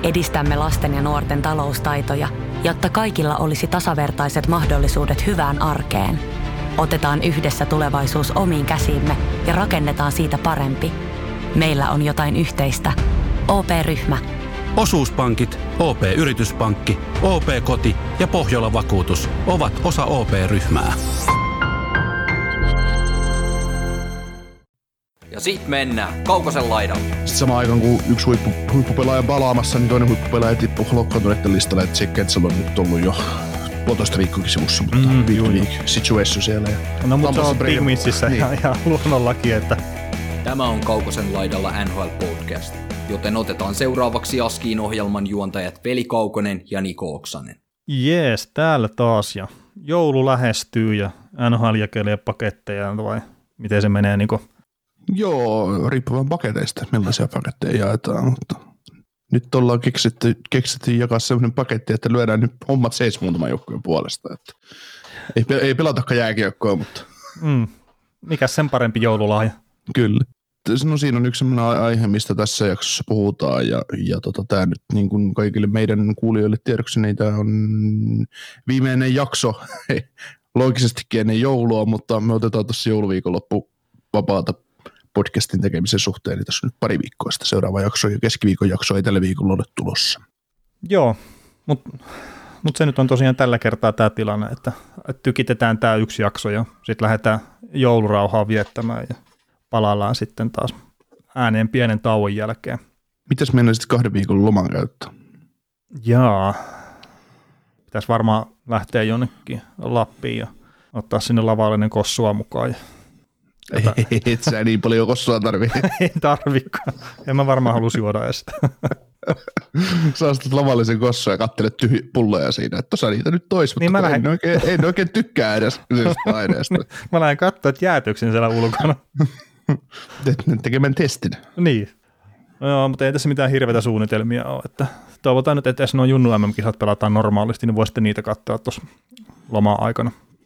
Edistämme lasten ja nuorten taloustaitoja, jotta kaikilla olisi tasavertaiset mahdollisuudet hyvään arkeen. Otetaan yhdessä tulevaisuus omiin käsiimme ja rakennetaan siitä parempi. Meillä on jotain yhteistä. OP-ryhmä. Osuuspankit, OP-yrityspankki, OP-koti ja Pohjola-vakuutus ovat osa OP-ryhmää. Ja sit mennään Kaukosen laidalle. Sitten samaan aikaan, kun yksi huippupelaaja palaamassa, niin toinen huippupelaaja tippuu loukkaantuneiden listalle, että Jack Ketsel on nyt ollut jo puolitoista viikkoakin sivussa, mutta week situation siellä. No mutta se on Big Mississä niin. ihan luonnollakin, että... Tämä on Kaukosen laidalla NHL Podcast, joten otetaan seuraavaksi Askiin ohjelman juontajat Veli Kaukonen ja Niko Oksanen. Jees, täällä taas ja joulu lähestyy ja NHL jakelee paketteja, vai miten se menee, Niko? Joo, riippuen paketeista, millaisia paketteja jaetaan, mutta nyt ollaan keksitty jakaa sellainen paketti, että lyödään nyt hommat seis muutaman joukkueen puolesta. Että ei pelatakaan jääkiekkoa, mutta... Mikäs sen parempi joululahja? Kyllä. No siinä on yksi sellainen aihe, mistä tässä jaksossa puhutaan, ja tämä nyt niin kuin kaikille meidän kuulijoille tiedoksi, niin tämä on viimeinen jakso, loogisestikin ennen joulua, mutta me otetaan tuossa jouluviikonloppu vapaata podcastin tekemisen suhteen, niin tässä on nyt pari viikkoa sitä seuraava jakso, ja keskiviikon jakso ei tällä viikolla ole tulossa. Joo, mutta se nyt on tosiaan tällä kertaa tämä tilanne, että tykitetään tämä yksi jakso, ja sitten lähdetään joulurauhaa viettämään, ja palaillaan sitten taas ääneen pienen tauon jälkeen. Mitäs mennään sitten 2 viikon loman käyttää? Jaa, pitäisi varmaan lähteä jonnekin Lappiin ja ottaa sinne lavallinen kossua mukaan. Ja et sä niin paljon kossua tarvii. Ei tarvikaan. En mä varmaan halus juoda edes. Sä ostat lavallisen kossua ja kattelet pulloja siinä, että tossa niitä nyt tois, niin mutta en oikein tykkää edes aineesta. Mä lähden katsoa, että jäätyksin siellä ulkona. Tekemään testin. Niin. No joo, mutta ei tässä mitään hirveitä suunnitelmia ole. Että toivotaan nyt, että jos nuo Junnu MM-kisat pelataan normaalisti, niin voisitte niitä katsoa tuossa lomaa-aikana.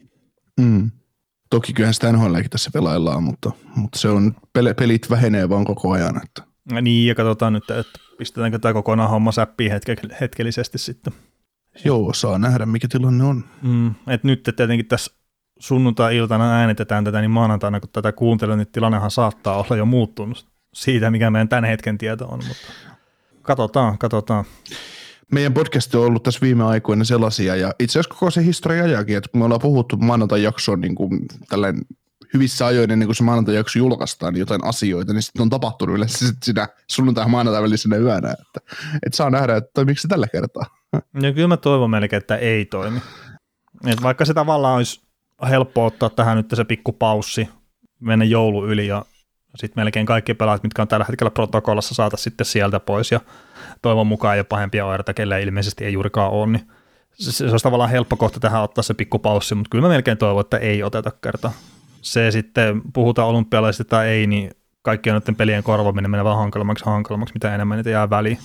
Toki kyllähän sitä NHL:ääkin tässä pelaillaan, mutta se on, pelit vähenee vaan koko ajan. Että. Niin, ja katsotaan nyt, että pistetäänkö tämä kokonaan homma säppiin hetkellisesti sitten. Joo, saa nähdä, mikä tilanne on. Että nyt tietenkin tässä sunnuntai-iltana äänitetään tätä, niin maanantaina, kun tätä kuuntelen, niin tilannehan saattaa olla jo muuttunut siitä, mikä meidän tämän hetken tieto on, mutta katsotaan. Meidän podcast on ollut tässä viime aikoina sellaisia, ja itse asiassa koko se historia-ajakin, että kun me ollaan puhuttu maanantai-jaksoon niin kuin tällainen hyvissä ajoin, ennen kuin se maanantai-jakso julkaistaan niin jotain asioita, niin sitten on tapahtunut yleensä siinä sunnuntai- ja maanantai välisenä yönä, että saa nähdä, että toimiiko se tällä kertaa. Ja kyllä mä toivon melkein, että ei toimi. Et vaikka se tavallaan olisi helppo ottaa tähän nyt se pikku paussi, mennä joulu yli ja sitten melkein kaikki pelaat, mitkä on tällä hetkellä protokollassa, saata sitten sieltä pois ja toivon mukaan ei ole pahempia oireita, kelle ilmeisesti ei juurikaan ole, niin se olisi tavallaan helppo kohta tähän ottaa se pikku paussi, mutta kyllä mä melkein toivon, että ei oteta kertaa. Se sitten, puhutaan olympialaisista tai ei, niin kaikkien noiden pelien korvaaminen menee vaan hankalammaksi, mitä enemmän niitä jää väliin.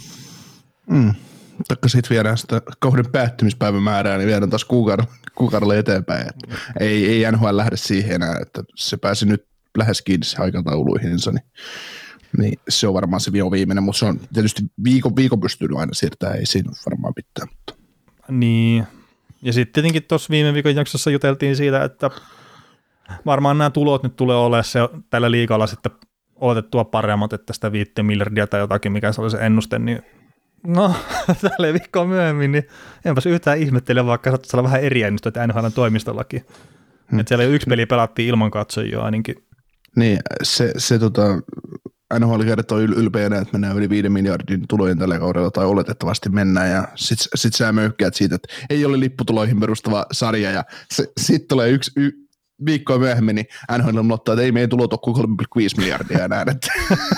Taikka sitten viedään sitä kauden päättymispäivämäärää, niin viedään taas kuukaudella eteenpäin. Ei NHL lähde siihen enää, että se pääsi nyt lähes kiinni se aikatauluihinsa, niin se on varmaan se viimeinen, mutta se on tietysti viikon pystynyt aina siirtämään, ei siinä varmaan mitään. Mutta. Niin, ja sitten tietenkin tuossa viime viikon jaksossa juteltiin siitä, että varmaan nämä tulot nyt tulee olemaan se tällä liigalla sitten odotettua paremmat, että sitä 5 miljardia tai jotakin, mikä se oli se ennuste, niin no, tällä viikkoa myöhemmin, niin enpäs yhtään ihmettele, vaikka saattaisi olla vähän eri ennuste, että NHL:n toimistollakin. Että siellä yksi peli pelattiin ilman katsojia ainakin. Niin, se NHL kertoo ylpeänä, että mennään yli 5 miljardin tulojen tällä kaudella, tai oletettavasti mennään, ja sit sä möykkäät siitä, että ei ole lipputuloihin perustava sarja, ja sitten tulee yksi viikkoa myöhemmin, niin NHL ilmoittaa, että ei meidän tulot ole kuin 3,5 miljardia enää, että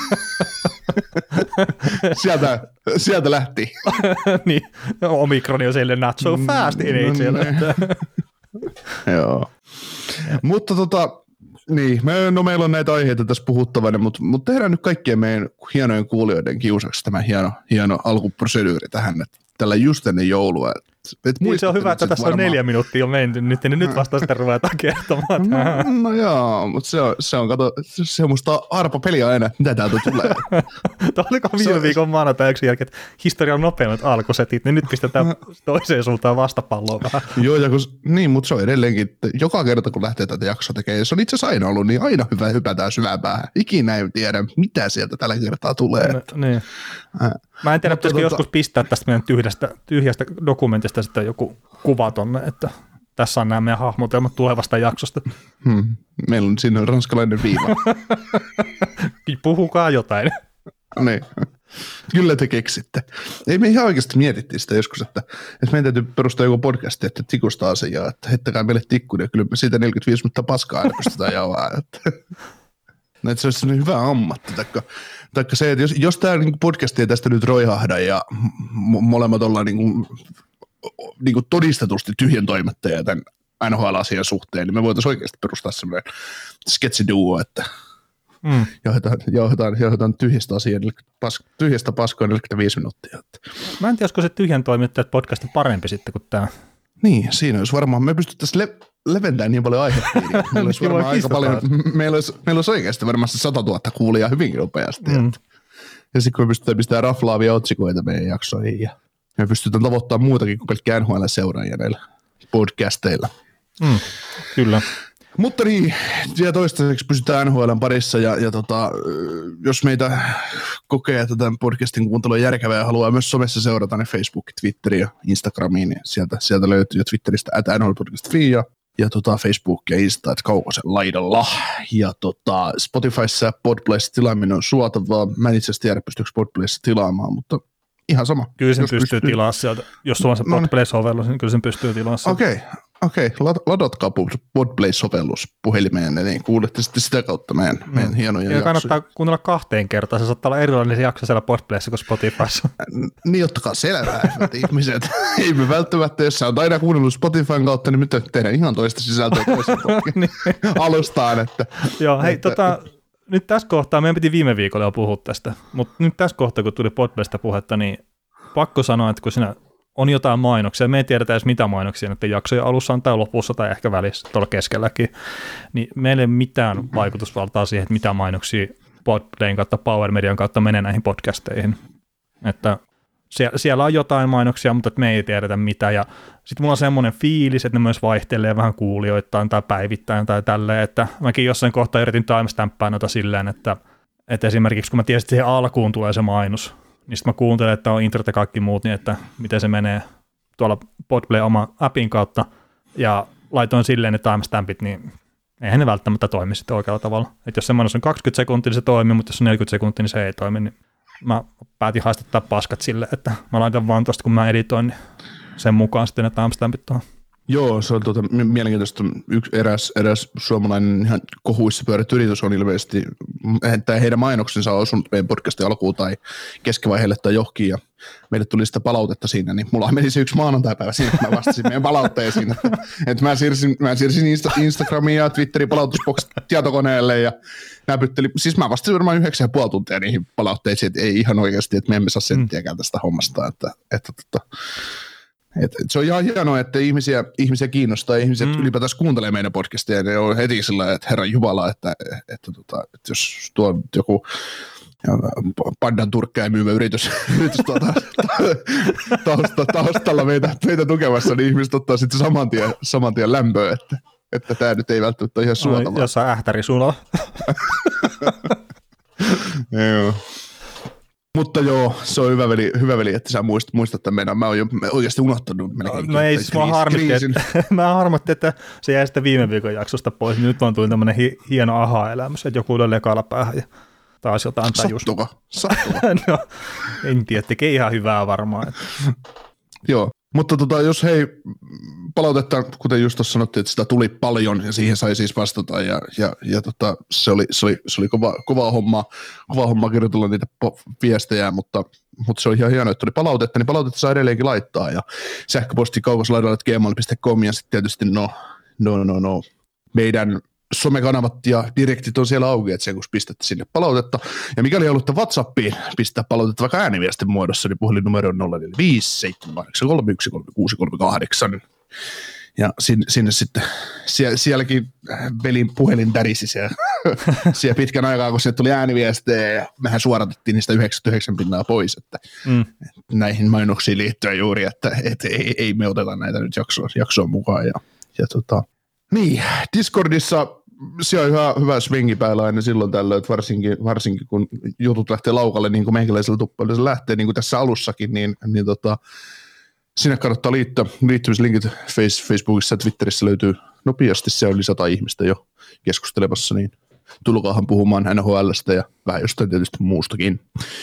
sieltä lähti. Niin, Omikroni on siellä not so fast in it siellä. Joo, mutta niin, meillä on näitä aiheita tässä puhuttavana, mutta tehdään nyt kaikkien meidän hienojen kuulijoiden kiusaksi tämä hieno alkuproseduuri tähän, että tällä just ennen joulua. Niin se on hyvä, että tässä on 4 minuuttia jo menty nyt, niin nyt vasta sitten ruvetaan kertomaan. No joo, mutta se on musta arpa peliä aina, mitä täältä tulee. Tuo oliko viime viikon maanantai yksi jälkeen, että historian nopeimmat alkusetit, niin nyt pistetään toiseen suuntaan vastapalloa vähän. Joo, niin, mutta se on edelleenkin, että joka kerta kun lähtee tätä jaksoa tekemään, se on itse asiassa aina ollut, niin aina hyvä hypätään syvään päähän. Ikinä ei tiedä, mitä sieltä tällä kertaa tulee. Niin. Mä en tiedä, pitäisikö joskus pistää tästä meidän tyhjästä dokumentista sitten joku kuva tonne, että tässä on nämä meidän hahmotelmat tulevasta jaksosta. Meillä on siinä ranskalainen viiva. Puhukaa jotain. Niin. Kyllä te keksitte. Ei me ihan oikeasti mietittiin sitä joskus, että meidän täytyy perustaa joku podcasti, että tikusta asiaa, että heittäkää meille tikkuun ja kyllä me siitä 45 minuuttia paskaa aina pystytään jauhaa. Että se olisi sellainen hyvä ammatti. Taikka se, että jos tämä niin podcasti ei tästä nyt roihahda ja molemmat ollaan niin kuin todistetusti tyhjän toimittajia tämän NHL-asian suhteen, niin me voitaisiin oikeasti perustaa sellainen sketsiduo, että johdetaan tyhjästä paskaa 45 minuuttia. Mä en tiedä, olisiko se tyhjän toimittajat podcasti parempi sitten kuin tämä. Niin, siinä olisi varmaan, me pystyttäisiin leventämään niin paljon aihepiiriä. Meillä olisi oikeasti varmaan 100 000 kuulijaa hyvinkin nopeasti. Ja sitten kun me pystytään pistämään raflaavia otsikoita meidän jaksoihin ja me pystytään tavoittamaan muutakin kuin pelkkää NHL-seuraajia näillä podcasteilla. Kyllä. Mutta niin, ja toistaiseksi pysytään NHL:n parissa ja jos meitä kokee, että tämän podcastin kuuntelu on järkevää ja haluaa myös somessa seurata, niin Facebook, Twitter ja Instagramiin, niin sieltä löytyy jo Twitteristä @nhlpodcast.fi ja Facebook ja Insta, että Kaukosen laidalla. Ja Spotifyssa ja Podplayssa tilaaminen on suotavaa. Mä en itse asiassa tiedä, pystyykö Podplayssa tilaamaan, mutta ihan sama. Kyllä sen pystyy tilaamaan sieltä. Jos sulla on se Podplay-sovellus, niin kyllä sen pystyy tilaamaan sieltä. Okei, ladatkaa Podplay-sovellus puhelimeen, niin kuulette sitten sitä kautta meidän hienoja jaksoja. Kannattaa kuunnella 2 kertaa, se saattaa olla erilainen jakso siellä Podplayssa kuin Spotifyssa. Niin, ottakaa selvää, hyvät ihmiset. Ei me välttämättä, jos sä oot aina kuunnellut Spotifyn kautta, niin nyt tehdään ihan toista sisältöä toisessa alustaan. Että, joo, hei, nyt tässä kohtaa, meidän piti viime viikolla jo puhua tästä, mutta nyt tässä kohtaa, kun tuli Podplaysta puhetta, niin pakko sanoa, että kun siinä on jotain mainoksia, me ei tiedetä edes mitä mainoksia näiden jaksojen alussa on tai lopussa tai ehkä välissä, tuolla keskelläkin, niin meillä ei ole mitään vaikutusvaltaa siihen, että mitä mainoksia Podplayn kautta Power Median kautta menee näihin podcasteihin. Että siellä on jotain mainoksia, mutta me ei tiedetä mitä, ja sitten mulla on semmoinen fiilis, että ne myös vaihtelee vähän kuulijoittain tai päivittäin tai tälleen, että mäkin jossain kohtaa yritin timestampaa noita silleen, että esimerkiksi kun mä tiesin, että siihen alkuun tulee se mainos, niin sitten mä kuuntelen, että on introt ja kaikki muut, niin että miten se menee tuolla Podplay oma appin kautta, ja laitoin silleen ne timestampit, niin eihän ne välttämättä toimi sitten oikealla tavalla. Että jos semmoinen on 20 sekuntia, niin se toimii, mutta jos on 40 sekuntia, niin se ei toimi, niin mä päätin haistattaa paskat sille, että mä laitan vaan tuosta, kun mä editoin, niin sen mukaan sitten ne timestampit tuohon. Joo, se on mielenkiintoista. Eräs suomalainen ihan kohuissa pyöritty yritys on ilmeisesti, että heidän mainoksensa on osunut meidän podcastin alkuun tai keskivaiheelle tai johonkin, ja meille tuli sitä palautetta siinä, niin mulla meni se yksi maanantaipäivä siinä, että mä vastasin meidän palautteisiin, että mä siirsin Instagramiin ja Twitterin palautusboksit tietokoneelle, ja siis mä vastasin varmaan 9,5 tuntia niihin palautteisiin, että ei ihan oikeasti, että me emme saa senttiäkään tästä hommasta, se on ihan hienoa, että ihmisiä kiinnostaa ja ihmiset ylipäätänsä kuuntelee meidän podcasteja ja ne on heti sillä, että herran jumala, että jos tuo joku pandan turkkeja myyvä yritys taustalla meitä tukemassa, niin ihmiset ottaa sitten saman tien lämpöä, että tämä nyt ei välttämättä ole ihan suotavaa. Jossain ähtärisunalla. Joo. Mutta joo, se on hyvä veli, että sä muistat tämän meidän. Mä oon jo oikeasti unohtanut melkein. No ei, siis mä harmitti, että se jäi sitten viime viikon jaksosta pois. Nyt vaan tuli tämmöinen hieno aha-elämys, että joku oli lekalla päähän ja taas jotain tajusta. Sattuko? No, en tiedä, tekee ihan hyvää varmaan. Että. Joo, mutta jos hei, palautetta, kuten just tuossa sanottiin, että sitä tuli paljon ja siihen sai siis vastata ja se oli kovaa hommaa kirjoitella niitä viestejä, mutta se oli ihan hienoa, että tuli palautetta, niin palautetta saa edelleenkin laittaa ja sähköposti kaukoslaidalla@gmail.com ja sitten tietysti meidän somekanavat ja direktit on siellä auki, että sen kun pistätte sinne palautetta. Ja mikäli haluatte WhatsAppiin pistää palautetta vaikka ääniviestin muodossa, niin puhelinnumero on 045-783-3638. Ja sinne sitten, sielläkin velin puhelin tärisi siellä pitkän aikaa, kun sieltä tuli ääniviestejä ja mehän suoratettiin niistä 99% pois, että näihin mainoksiin liittyen juuri, että ei me oteta näitä nyt jaksoon mukaan. Niin, Discordissa siellä on hyvä swingi päällä aina silloin tällöin, että varsinkin kun jutut lähtee laukalle, niin kuin meikäläisellä tuppailla se lähtee, niin kuin tässä alussakin, niin sinne kannattaa liittyä. Liittymislinkit Facebookissa ja Twitterissä löytyy nopeasti. Se on yli 100 ihmistä jo keskustelemassa, niin tulkaahan puhumaan NHL:stä ja vähän jostain tietysti muustakin.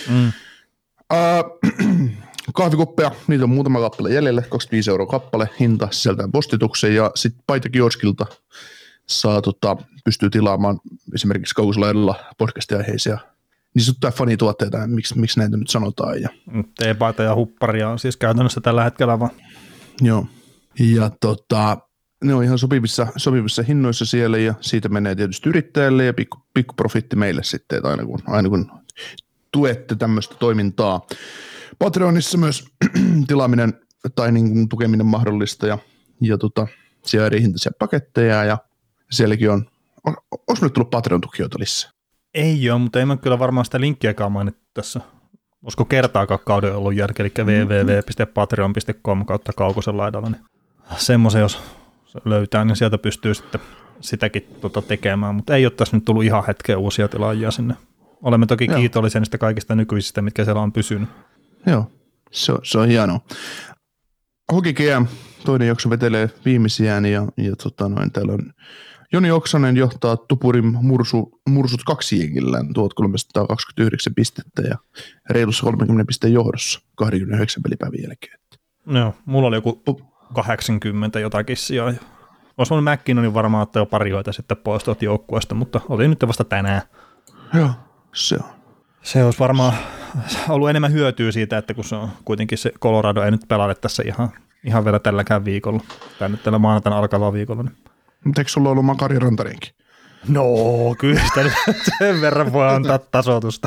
Kahvikuppeja, niitä on muutama kappale jäljellä, 25 € kappale, hinta sisältään postituksen ja sitten Paita-kioskilta saa pystyy tilaamaan esimerkiksi Kaukosella podcast-aiheisia niin sanottuja fanituotteita, miksi näitä nyt sanotaan. Teepaita ja hupparia on siis käytännössä tällä hetkellä vaan. Joo, ja ne on ihan sopivissa hinnoissa siellä ja siitä menee tietysti yrittäjälle ja pikku profitti meille sitten, että aina kun tuette tämmöistä toimintaa. Patreonissa myös tilaaminen tai niin kuin tukeminen mahdollista ja siellä eri hintaisia paketteja ja sielläkin onko nyt tullut Patreon-tukijoita lisää? Ei ole, mutta ei mä kyllä varmaan sitä linkkiäkään mainittu tässä. Olisiko kertaakaan kauden ollut jälkeen, eli www.patreon.com/Kaukosen laidalla. Niin semmoisen, jos löytää, niin sieltä pystyy sitten sitäkin tekemään, mutta ei ole tässä nyt tullut ihan hetken uusia tilaajia sinne. Olemme toki kiitollisia niistä kaikista nykyisistä, mitkä siellä on pysynyt. Joo, se on hienoa. Hockey GM, toinen jakso vetelee viimeisiään ja täällä on Joni Oksanen johtaa Tupurin mursut 2 jengillään 1329 pistettä ja reilussa 30 pisteen johdossa 29 pelipäivän jälkeen. Joo, mulla oli joku 80 jotakin sijaa. Olisi ollut McKinnonin varmaan ottaa jo pari hoita sitten pois tuolta joukkueesta, mutta oli nyt vasta tänään. Joo, se on. Se olisi varmaan ollut enemmän hyötyä siitä, että kun se on kuitenkin se Colorado ei nyt pelaa tässä ihan vielä tälläkään viikolla, tai nyt tällä maanantaina alkavaa viikolla. Niin. Mutta eikö sulla ollut Makari Rantarinkin? No, kyllä sitä sen verran voi antaa tasoitusta.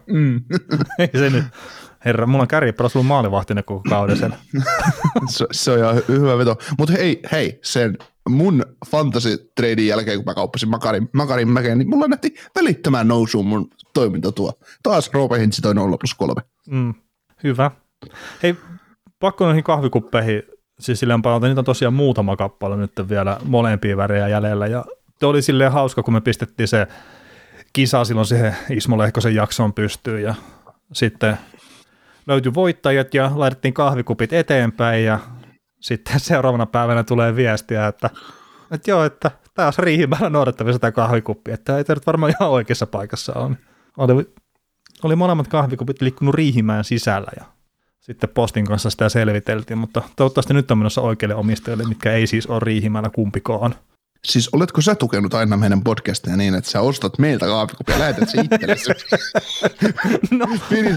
Ei se nyt. Herra, mulla on Kärri pelas ollut maalivahtinen koko kauden sen. Se on ihan hyvä veto. Mutta hei, sen mun fantasy-treidin jälkeen, kun mä kauppasin Makarin mäkeen, niin mulla nähti välittömään nousuun mun toiminta tuo. Taas Roope Hintsi toi 0+3. Hyvä. Hei, pakko noihin kahvikuppeihin. Siis silleen paljon, niitä on tosiaan muutama kappale nyt vielä molempia värejä jäljellä. Ja oli silleen hauska, kun me pistettiin se kisa silloin siihen Ismo Lehkosen jaksoon pystyyn. Ja sitten löytyi voittajat ja laitettiin kahvikupit eteenpäin. Ja sitten seuraavana päivänä tulee viestiä, että tämä olisi Riihimäellä noudattavissa tämä kahvikuppi. Että ei tämä nyt varmaan ihan oikeassa paikassa ole. Oli molemmat kahvikupit liikkunut Riihimäen sisällä ja sitten postin kanssa sitä selviteltiin, mutta toivottavasti nyt on menossa oikeille omistajille, mitkä ei siis ole Riihimäellä kumpikaan. Siis oletko sä tukenut aina meidän podcastia niin, että sä ostat meiltä kahvikupia ja lähetät se itsellesi? No.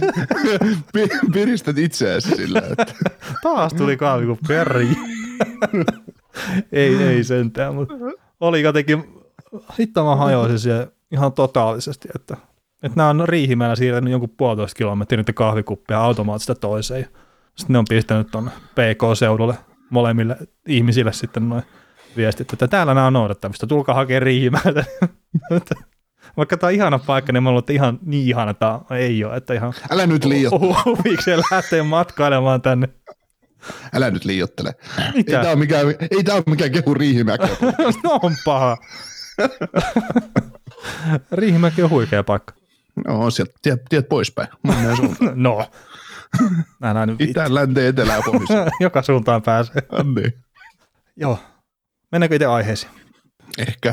Piristät itseäsi sillä, että taas tuli kahvikuppi, ei sentään, mutta oli jotenkin, hitto mä hajoisin siellä ihan totaalisesti, että nämä on Riihimäellä siirtänyt jonkun 1,5 kilometriä niitä kahvikuppia automaattista toiseen. Sitten ne on pistänyt tuonne PK-seudulle molemmille ihmisille sitten noin viestit, että täällä nämä on noudattavista, tulkaa hakemaan Riihimäeltä. Vaikka tämä on ihana paikka, niin mä luulen, että ihan niin ihana tämä ei ole. Että ihan älä nyt liioittele. Huvikseen lähtee matkailemaan tänne. Älä nyt liioittele. Ei tämä ole mikään kehu Riihimäkeä. No on paha. Riihimäki on huikea paikka. No on sieltä, tiet poispäin. No. Itään, länteen, etelään, pohjoiseen. Joka suuntaan pääsee. Niin. Joo. Mennäänkö itse aiheisiin? Ehkä.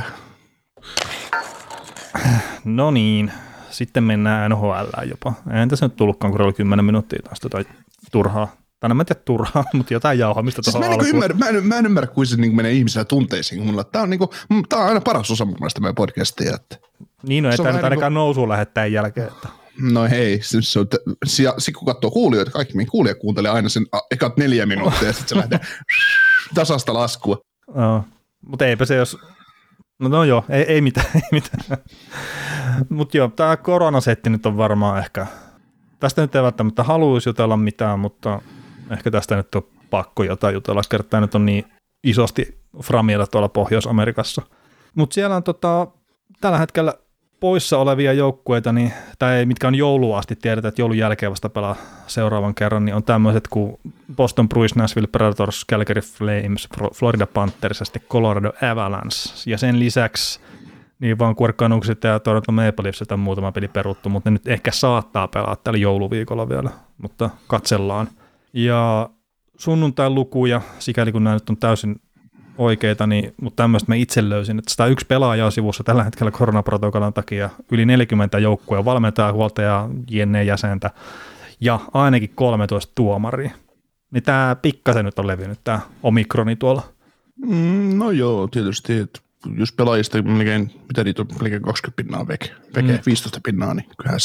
No niin. Sitten mennään NHL:ään jopa. Eihän tässä nyt tullutkaan, kun oli 10 minuuttia taas turhaa. Tai en tiedä turhaa, mutta jotain jauhamista tuohon alkuun. Mä en ymmärrä, kuin se niin menee ihmisellä tunteisiin. Tämä on aina paras osa mun mielestä meidän podcastia. Että niin, no ei tämä nyt ainakaan nousuun lähettäen jälkeen. Että. No hei, kun katsoo kuulijoita, kaikki meidän kuulijat kuuntelee aina sen ekat 4 minuuttia ja sitten se lähtee tasasta laskua. No, mutta eipä se, jos No joo, ei mitään. Mutta joo, tämä koronasetti nyt on varmaan ehkä, tästä nyt ei välttämättä haluaisi jutella mitään, mutta ehkä tästä nyt on pakko jotain jutella, kertaa nyt on niin isosti framiella tuolla Pohjois-Amerikassa. Mutta siellä on tällä hetkellä poissa olevia joukkueita, niin, tai mitkä on joulua asti, tiedetään, että joulun jälkeen vasta pelaa seuraavan kerran, niin on tämmöiset kuin Boston Bruins, Nashville Predators, Calgary Flames, Florida Panthers ja sitten Colorado Avalanche. Ja sen lisäksi niin vaan Kuorkkanukset ja Toronto Maple Leafs on muutama peli peruttu, mutta ne nyt ehkä saattaa pelaa tällä jouluviikolla vielä, mutta katsellaan. Ja sunnuntain lukuja, sikäli kun nämä nyt on täysin oikeita, niin, mutta tämmöistä mä itse löysin, että 101 pelaajaa sivussa tällä hetkellä koronaprotokollan takia, yli 40 joukkueen valmentajaa, huoltajaa, JNE-jäsentä ja ainakin 13 tuomaria. Niin tämä pikkasen nyt on levinnyt, tämä omikroni tuolla. No joo, tietysti, että jos pelaajista melkein, mitä niitä on, melkein 20 pinnaa veke 15 pinnaa, niin kyllähän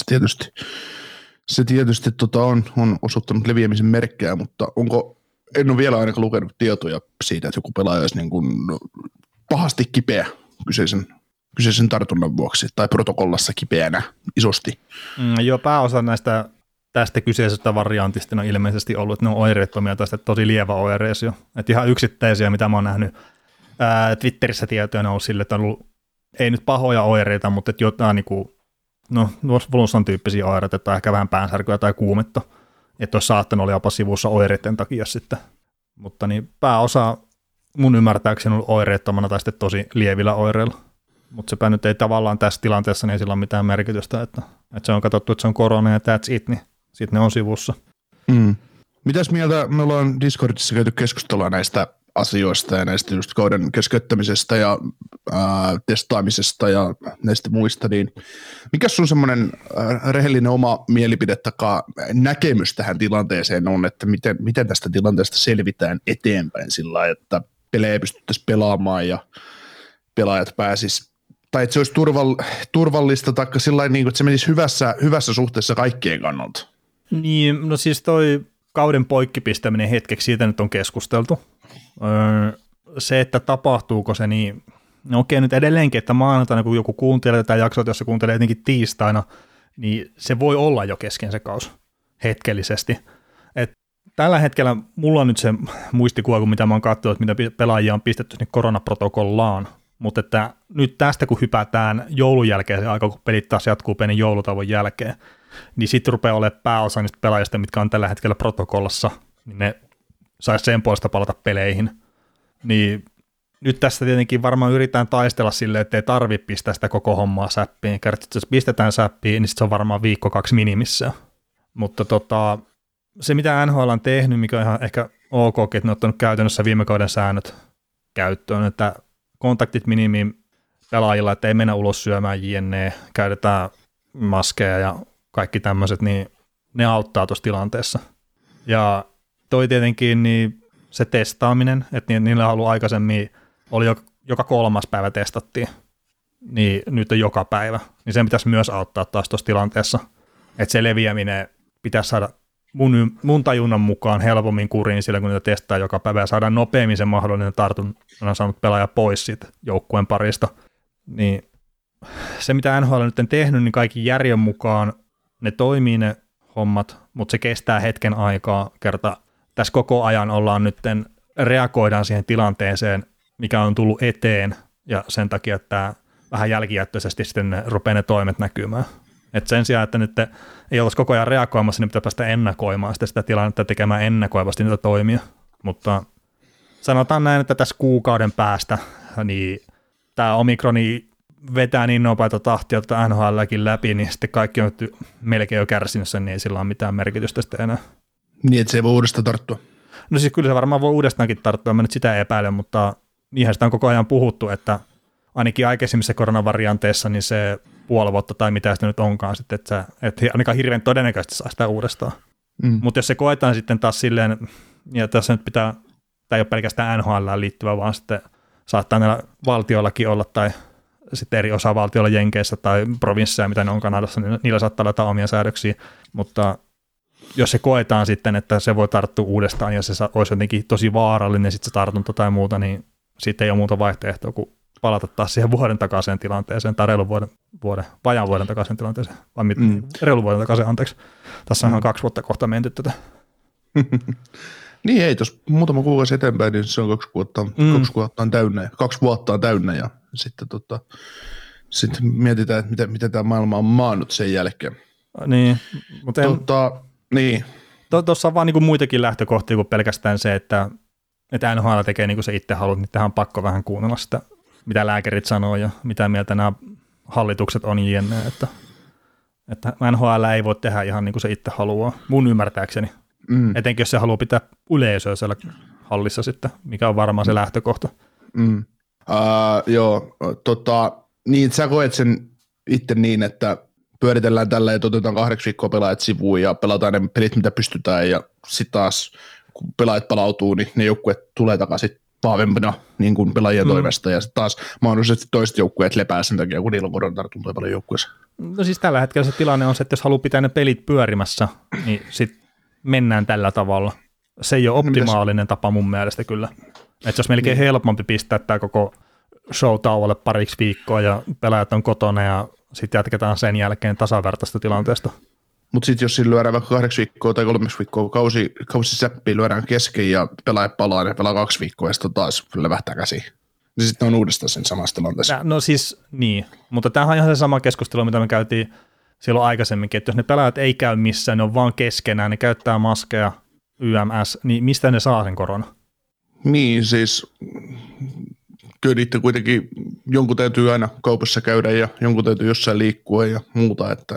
se tietysti on osoittanut leviämisen merkkejä, mutta en ole vielä ainakaan lukenut tietoja siitä, että joku pelaaja olisi niin kuin pahasti kipeä kyseisen tartunnan vuoksi tai protokollassa kipeänä isosti. Joo, pääosa tästä kyseisestä variantista on ilmeisesti ollut, että ne on oireettomia tästä tosi lievä oireisia. Että ihan yksittäisiä, mitä mä oon nähnyt Twitterissä tietoja, on ollut sille, että on ollut, ei nyt pahoja oireita, mutta että jotain niin kuin, flunssan tyyppisiä oireita, tai ehkä vähän päänsärkyä tai kuumetta. Että olisi saattanut olla jopa sivussa oireiden takia sitten. Mutta niin pääosa mun ymmärtääkseni on ollut oireettomana tai sitten tosi lievillä oireilla. Mutta sepä nyt ei tavallaan tässä tilanteessa, niin ei sillä ole mitään merkitystä. Että se on katsottu, että se on korona ja that's it, niin sitten ne on sivussa. Mitäs mieltä me ollaan Discordissa käyty keskustelua näistä asioista ja näistä just kauden keskeyttämisestä ja testaamisesta ja näistä muista, niin mikä sun semmoinen rehellinen oma mielipide takaa näkemys tähän tilanteeseen on, että miten tästä tilanteesta selvitään eteenpäin sillä lailla, että pelejä pystyttäisiin pelaamaan ja pelaajat pääsis, tai että se olisi turvallista taikka sillä lailla, niin että se menisi hyvässä suhteessa kaikkien kannalta? Niin, no siis toi kauden poikkipistäminen hetkeksi, siitä nyt on keskusteltu. Se, että tapahtuuko se, niin no okei nyt edelleenkin, että maanantaina kun joku kuuntelee tätä jaksoa, jos se kuuntelee jotenkin tiistaina, niin se voi olla jo kesken se kaus hetkellisesti. Et tällä hetkellä mulla on nyt se muistikuva, kun mitä mä oon katsonut, että mitä pelaajia on pistetty sinne koronaprotokollaan, mutta että nyt tästä kun hypätään joulun jälkeen se aika, kun pelit taas jatkuu pienen joulutauon jälkeen, niin sitten rupeaa olemaan pääosa niistä pelaajista, mitkä on tällä hetkellä protokollassa, niin ne saisi sen puolesta palata peleihin. Nyt tässä tietenkin varmaan yritetään taistella silleen, että ei tarvitse pistää sitä koko hommaa säppiin. Kertaa, jos pistetään säppiin, niin sitten se on varmaan 1-2 minimissä. Mutta se, mitä NHL on tehnyt, mikä on ihan ehkä ok, että ne on ottanut käytännössä viime kauden säännöt käyttöön, että kontaktit minimiin pelaajilla, että ei mennä ulos syömään jne, käytetään maskeja ja kaikki tämmöiset, niin ne auttaa tuossa tilanteessa. Ja toi tietenkin niin se testaaminen, että niillä on ollut aikaisemmin, oli joka 3. päivä testattiin, niin nyt on joka päivä. Niin sen pitäisi myös auttaa taas tuossa tilanteessa, että se leviäminen pitäisi saada mun tajunnan mukaan helpommin kuriin sillä, kun niitä testaa joka päivä ja saadaan nopeammin se mahdollinen tartunnan saanut pelaaja pois siitä joukkueen parista. Niin se, mitä NHL on nyt tehnyt, niin kaikki järjen mukaan ne toimii ne hommat, mutta se kestää hetken aikaa, kerta tässä koko ajan reagoidaan siihen tilanteeseen, mikä on tullut eteen, ja sen takia, että vähän jälkijättöisesti sitten rupeaa ne toimet näkymään. Et sen sijaan, että nyt ei oltaisi koko ajan reagoimassa, niin pitää päästä ennakoimaan sitä tilannetta, tekemään ennakoivasti niitä toimia. Mutta sanotaan näin, että tässä kuukauden päästä niin tämä omikroni vetää niin nopeata tahtia että NHL:kin läpi, niin sitten kaikki on melkein jo kärsinyt sen, niin ei sillä ole mitään merkitystä sitten enää. Niin, että se ei voi uudestaan tarttua. No siis kyllä se varmaan voi uudestaankin tarttua, mä nyt sitä epäilen, mutta niinhän sitä on koko ajan puhuttu, että ainakin aikaisemmissa koronavarianteissa niin se puoli vuotta tai mitä sitä nyt onkaan sitten, että ainakaan hirveän todennäköisesti saa sitä uudestaan. Mutta jos se koetaan sitten taas silleen, ja tässä nyt tämä ei ole pelkästään NHL:ään liittyvä, vaan sitten saattaa näillä valtioillakin olla tai sitten eri osavaltioilla Jenkeissä tai provinsseja, mitä ne on Kanadassa, niin niillä saattaa olla omia säädöksiä, mutta jos se koetaan sitten, että se voi tarttua uudestaan ja se olisi jotenkin tosi vaarallinen sitten se tartunta tai muuta, niin sitten ei ole muuta vaihtoehtoa kuin palata taas siihen vuoden takaiseen tilanteeseen, tai vajaan vuoden takaiseen tilanteeseen, vai reilun vuoden takaiseen, anteeksi. Tässä on 2 vuotta kohta menty tätä. Niin ei, jos muutama kuukausi eteenpäin, niin se on 2 vuotta, 2 vuotta on täynnä, 2 vuotta on täynnä, ja sitten mietitään, että miten tämä maailma on maannut sen jälkeen. Niin, mutta niin. Tuossa on vaan niinku muitakin lähtökohtia kuin pelkästään se, että NHL tekee niin kuin se itse haluat, niin tähän on pakko vähän kuunnella sitä, mitä lääkärit sanoo ja mitä mieltä nämä hallitukset on jne. Että NHL ei voi tehdä ihan niin kuin se itse haluaa, mun ymmärtääkseni. Etenkin jos se haluaa pitää yleisöä siellä hallissa sitten, mikä on varmaan se lähtökohta. Joo, niin sä koet sen itse niin, että pyöritellään tällä ja otetaan 8 viikkoa pelaajat sivuun ja pelataan ne pelit, mitä pystytään ja sitten taas kun pelaajat palautuu, niin ne joukkueet tulee takaisin vahvempina niin kuin pelaajien toimesta ja sitten taas mahdollisesti toiset joukkueet lepää sen takia, kun niillä on koronatartuntoja paljon joukkueessa. No siis tällä hetkellä se tilanne on se, että jos haluaa pitää ne pelit pyörimässä, niin sitten mennään tällä tavalla. Se ei ole optimaalinen tapa mun mielestä kyllä. Että jos melkein helpompi pistää tämä koko show tauolle pariksi viikkoa ja pelaajat on kotona ja sitten jatketaan sen jälkeen tasavertaista tilanteesta. Mutta sitten jos siinä lyödään vaikka 8 viikkoa tai 3 viikkoa kausisäppiä lyödään kesken ja pelaajat palaa, niin pelaa 2 viikkoa ja sitten taas levähtää käsiin. Niin sitten on uudestaan sen samassa tilanteessa. No siis niin, mutta tämähän on ihan se sama keskustelu, mitä me käytiin silloin aikaisemminkin, että jos ne pelaajat ei käy missään, ne on vaan keskenään, ne käyttää maskeja, YMS, niin mistä ne saa sen korona? Niin, siis kyllä niitä kuitenkin jonkun täytyy aina kaupassa käydä ja jonkun täytyy jossain liikkua ja muuta, että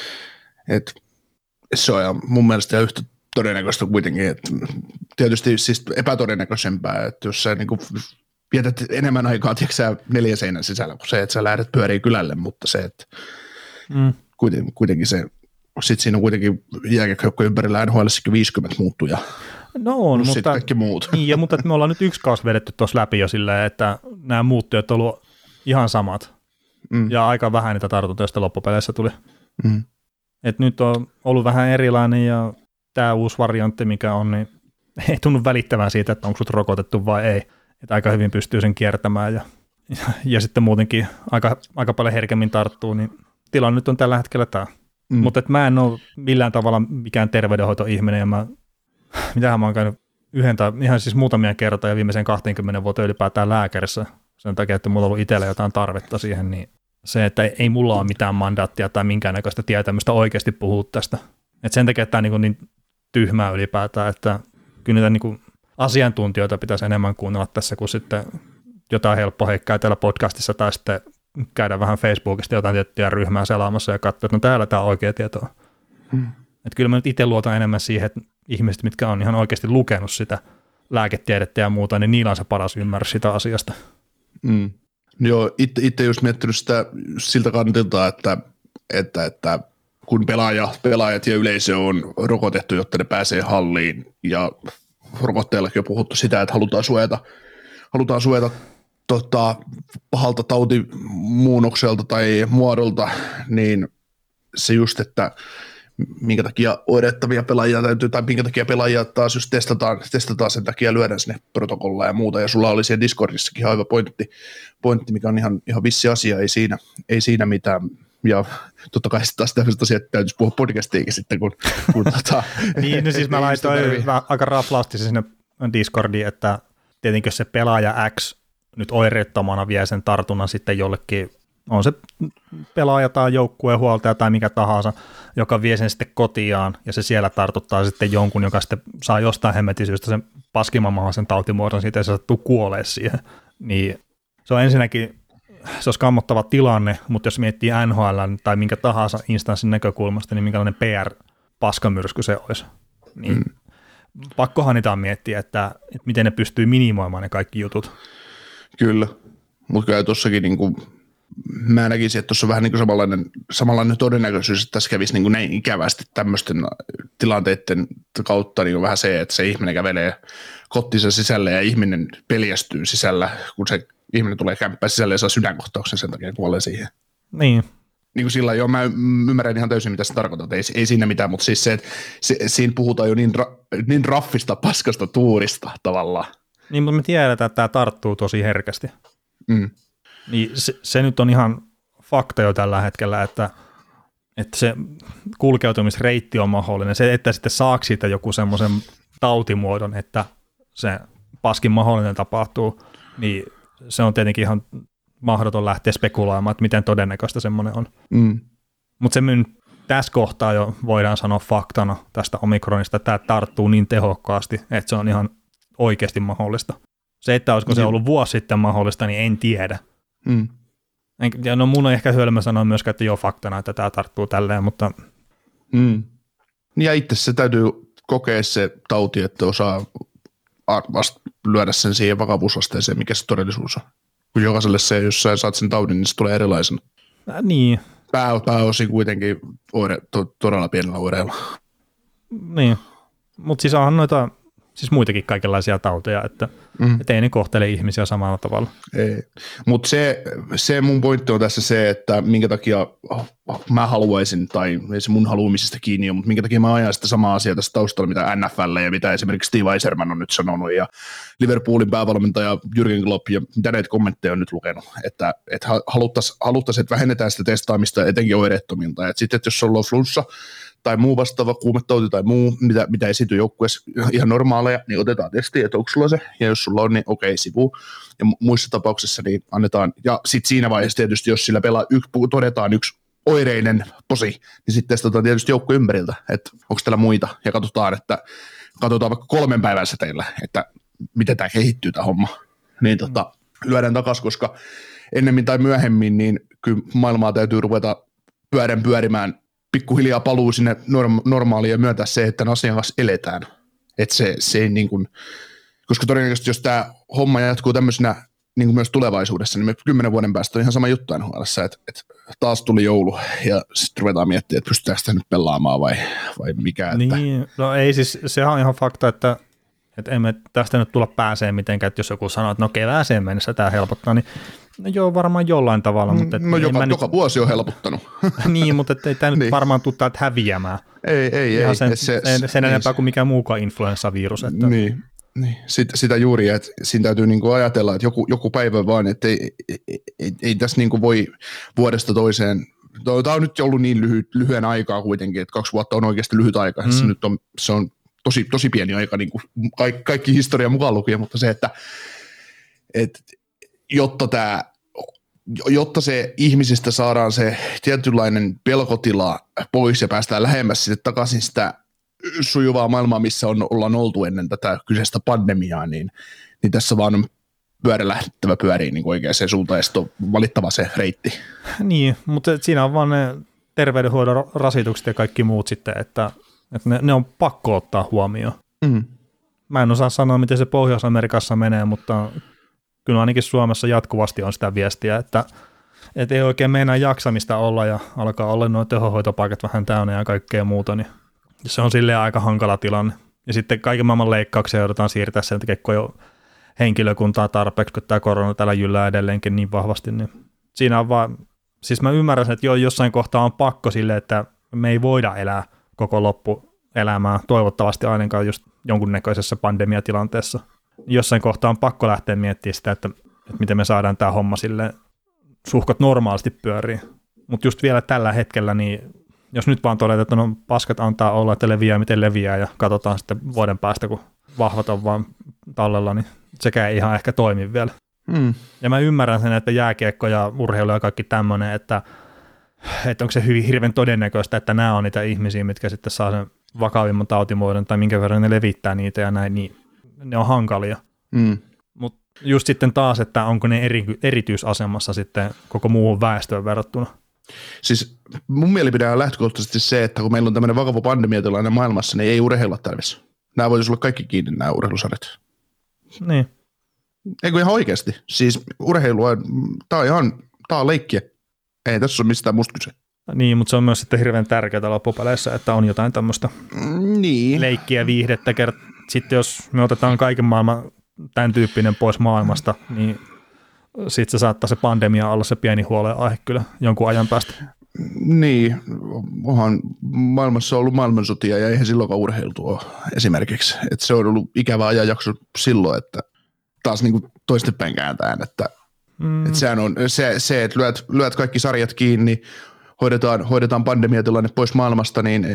se on mun mielestä yhtä todennäköistä kuitenkin, että tietysti siis epätodennäköisempää, että jos sä niin kuin vietät enemmän aikaa, tiedätkö sä 4 seinän sisällä, kuin se, että sä lähdet pyöriin kylälle, mutta se, että kuitenkin se, sitten siinä on kuitenkin jääkiekkojoukkojen ympärillä NHL:ssäkin 50 muuttuja. No on, mutta, kaikki muut. Niin, mutta me ollaan nyt 1 kausi vedetty tuossa läpi jo silleen, että nämä muuttujat on ollut ihan samat. Ja aika vähän niitä tartuntoja sitten loppupeleissä tuli. Et nyt on ollut vähän erilainen ja tämä uusi variantti, mikä on, niin ei tunnu välittävän siitä, että onko sut rokotettu vai ei. Että aika hyvin pystyy sen kiertämään ja sitten muutenkin aika paljon herkemmin tarttuu, niin tilanne nyt on tällä hetkellä tämä. Mutta mä en ole millään tavalla mikään terveydenhoitoihminen ja mitähän mä oon käynyt ihan siis muutamia kertoja viimeisen 20 vuotta ylipäätään lääkärissä sen takia, että mulla on ollut itsellä jotain tarvetta siihen, niin se, että ei mulla ole mitään mandaattia tai minkäännäköistä tietämystä oikeasti puhua tästä. Et sen takia tämä on niin tyhmää ylipäätään, että kyllä niitä niin asiantuntijoita pitäisi enemmän kuunnella tässä, kuin sitten jotain helppo heikkää täällä podcastissa tai sitten käydä vähän Facebookista jotain tiettyä ryhmää selaamassa ja katsoa, että no täällä tämä on oikea tietoa. Että kyllä mä nyt itse luotan enemmän siihen, että ihmiset, mitkä on ihan oikeasti lukenut sitä lääketiedettä ja muuta, niin niillä on se paras ymmärrys sitä asiasta. Joo, itse just miettinyt sitä siltä kantilta, että kun pelaajat ja yleisö on rokotettu, jotta ne pääsee halliin, ja rokotteellakin on puhuttu sitä, että halutaan suojata pahalta tautimuunnokselta tai muodolta, niin se just, että minkä takia oireettavia pelaajia täytyy, tai minkä takia pelaajia taas just testataan sen takia, lyödään sinne protokollaan ja muuta, ja sulla oli siellä Discordissakin ihan hyvä pointti, mikä on ihan vissi asia, ei siinä mitään, ja totta kai sitten taas tämmöiset asiat täytyisi puhua podcastiinkin sitten, kun niin, no siis mä laitoin aika raflaasti sinne Discordiin, että tietenkin jos se pelaaja X nyt oireettomana vie sen tartunnan sitten jollekin, on se pelaaja tai joukkueen huoltaja tai mikä tahansa, joka vie sen sitten kotiaan ja se siellä tartuttaa sitten jonkun, joka sitten saa jostain hemmetin syystä sen paskimman mahdollisen tautimuodon siitä ja se sattuu kuolee siihen. Niin se on ensinnäkin, se olisi kammottava tilanne, mutta jos miettii NHL tai minkä tahansa instanssin näkökulmasta, niin minkälainen PR-paskamyrsky se olisi. Niin pakkohan niitä on miettiä, että miten ne pystyy minimoimaan ne kaikki jutut. Kyllä, mutta kyllä tuossakin niin kuin mä näkisin, että tuossa on vähän niin kuin samanlainen todennäköisyys, että tässä kävisi niin kuin näin ikävästi tämmöisten tilanteiden kautta niin kuin vähän se, että se ihminen kävelee kottinsa sisälle ja ihminen peljästyy sisällä, kun se ihminen tulee kämppään sisälle ja saa sydänkohtauksen sen takia, kuolee siihen. Niin kuin sillä joo, mä ymmärrän ihan täysin, mitä se tarkoittaa, ei siinä mitään, mutta siis se, että siinä puhutaan jo niin raffista, paskasta tuurista tavallaan. Niin, mutta me tiedetään, että tämä tarttuu tosi herkästi. Niin se nyt on ihan fakta jo tällä hetkellä, että se kulkeutumisreitti on mahdollinen. Se, että sitten saako siitä joku semmoisen tautimuodon, että se paskin mahdollinen tapahtuu, niin se on tietenkin ihan mahdoton lähteä spekuloimaan, että miten todennäköistä semmoinen on. Mutta se tässä kohtaa jo voidaan sanoa faktana tästä omikronista, että tämä tarttuu niin tehokkaasti, että se on ihan oikeasti mahdollista. Se, että olisiko se ollut vuosi sitten mahdollista, niin en tiedä. Ja no mun on ehkä hölmö sanoa myöskään, että joo faktana, että tämä tarttuu tälleen, mutta... Ja itse se täytyy kokea se tauti, että osaa lyödä sen siihen vakavuusasteeseen, mikä se todellisuus on. Kun jokaiselle se, jos sä saat sen taudin, niin se tulee erilaisena. Niin. Pääosin kuitenkin todella pienellä oireilla. Niin, mutta siis onhan noita siis muitakin kaikenlaisia tauteja, että ei ne kohtele ihmisiä samalla tavalla. Ei, mutta se mun pointti on tässä se, että minkä takia mä haluaisin, tai ei se mun haluamisesta kiinni ole, mutta minkä takia mä ajan sitä samaa asiaa tässä taustalla, mitä NFL ja mitä esimerkiksi Steve Eiserman on nyt sanonut, ja Liverpoolin päävalmentaja Jürgen Klopp, ja mitä näitä kommentteja on nyt lukenut, että haluttaisiin, että vähennetään sitä testaamista etenkin oireettomilta, että sitten, että jos sulla on flunssa, tai muu vastaava kuumetauti tai muu, mitä esiintyy joukkueessa ihan normaaleja, niin otetaan testiä, että onko sulla se, ja jos sulla on, niin okei, sivu. Ja muissa tapauksissa niin annetaan, ja sitten siinä vaiheessa tietysti, jos sillä todetaan yksi oireinen posi, niin sitten testataan tietysti joukko ympäriltä, että onko täällä muita, ja katsotaan vaikka 3 päivän säteillä, että miten tämä kehittyy tämä homma. Niin lyödään takaisin, koska ennemmin tai myöhemmin, niin kyllä maailmaa täytyy ruveta pyörimään pikkuhiljaa paluu sinne normaaliin ja myöntää se, että asian kanssa eletään. Että se ei niin kuin, koska todennäköisesti jos tämä homma jatkuu tämmöisenä niin kuin myös tulevaisuudessa, niin me 10 vuoden päästä on ihan sama juttu NHL:ssä, että taas tuli joulu ja sitten ruvetaan miettimään, että pystytäänkö sitä nyt pelaamaan vai mikä. Niin, no ei siis, sehän on ihan fakta, että emme tästä nyt tulla pääseen mitenkään, että jos joku sanoo, että no kevääseen mennessä tämä helpottaa, niin no joo, varmaan jollain tavalla. Mutta no joka vuosi on helpottanut. Niin, mutta ei tämä nyt varmaan tule täältä häviämään. Ei. Sen enempää kuin mikään muukaan influenssavirus. Että... Niin. Sitä juuri, että siinä täytyy niinku ajatella, että joku päivä vaan, että ei tässä niinku voi vuodesta toiseen. Tämä on nyt ollut niin lyhyen aikaa kuitenkin, että 2 vuotta on oikeasti lyhyt aika. Se on tosi pieni aika, niin kuin kaikki historia mukaan lukien, mutta se, että jotta se ihmisistä saadaan se tietynlainen pelkotila pois ja päästään lähemmäs sitten takaisin sitä sujuvaa maailmaa, missä ollaan oltu ennen tätä kyseistä pandemiaa, niin tässä vaan on pyörä lähdettävä pyöriä niin oikeaan suuntaan ja sitten on valittava se reitti. Niin, mutta siinä on vaan ne terveydenhoidon rasitukset ja kaikki muut sitten, että ne on pakko ottaa huomioon. Mä en osaa sanoa, miten se Pohjois-Amerikassa menee, mutta kyllä ainakin Suomessa jatkuvasti on sitä viestiä, että ei oikein meinaa jaksamista olla ja alkaa olla nuo tehohoitopaikat vähän täynnä ja kaikkea muuta, niin se on silleen aika hankala tilanne. Ja sitten kaiken maailman leikkauksia joudutaan siirtää sen takia, kun jo henkilökuntaa tarpeeksi, kun tämä korona täällä jyllää edelleenkin niin vahvasti, niin siinä on vaan, siis mä ymmärrän, että jossain kohtaa on pakko silleen, että me ei voida elää koko loppuelämää, toivottavasti ainakaan just jonkunnäköisessä pandemiatilanteessa. Jossain kohtaa on pakko lähteä miettimään sitä, että miten me saadaan tämä homma silleen suhkot normaalisti pyöriin. Mutta just vielä tällä hetkellä, niin jos nyt vaan todetaan, että no paskat antaa olla, että leviää miten leviää ja katsotaan sitten vuoden päästä, kun vahvat on vaan tallella, niin sekään ei ihan ehkä toimi vielä. Ja mä ymmärrän sen, että jääkiekko ja urheilu ja kaikki tämmöinen, että onko se hirveän todennäköistä, että nämä on niitä ihmisiä, mitkä sitten saa sen vakavimman tautimuodon tai minkä verran ne levittää niitä ja näin, niin ne on hankalia. Mutta just sitten taas, että onko ne erityisasemassa sitten koko muuhun väestöön verrattuna. Siis mun mielipide on lähtökohtaisesti se, että kun meillä on tämmöinen vakava pandemiatilanne maailmassa, niin ei urheilla tarvitse. Nämä voisi olla kaikki kiinni, nämä urheilusarjat. Niin. Eikö ihan oikeasti? Siis urheilua, tämä on leikkiä. Ei tässä ole mistään musta kyse. Niin, mutta se on myös sitten hirveän tärkeää loppupeleissä, että on jotain tämmöistä leikkiä, viihdettä. Sitten jos me otetaan kaiken maailman tämän tyyppinen pois maailmasta, niin sitten se saattaa se pandemia olla se pieni huolenaihe kyllä jonkun ajan päästä. Niin, onhan maailmassa ollut maailmansotia ja eihän silloinkaan urheiltu ole esimerkiksi. Että se on ollut ikävä ajanjakso silloin, että taas niin kuin toistepäin kääntäen, että Et sehän on se, että lyöt kaikki sarjat kiinni, hoidetaan pandemiatilanne pois maailmasta, niin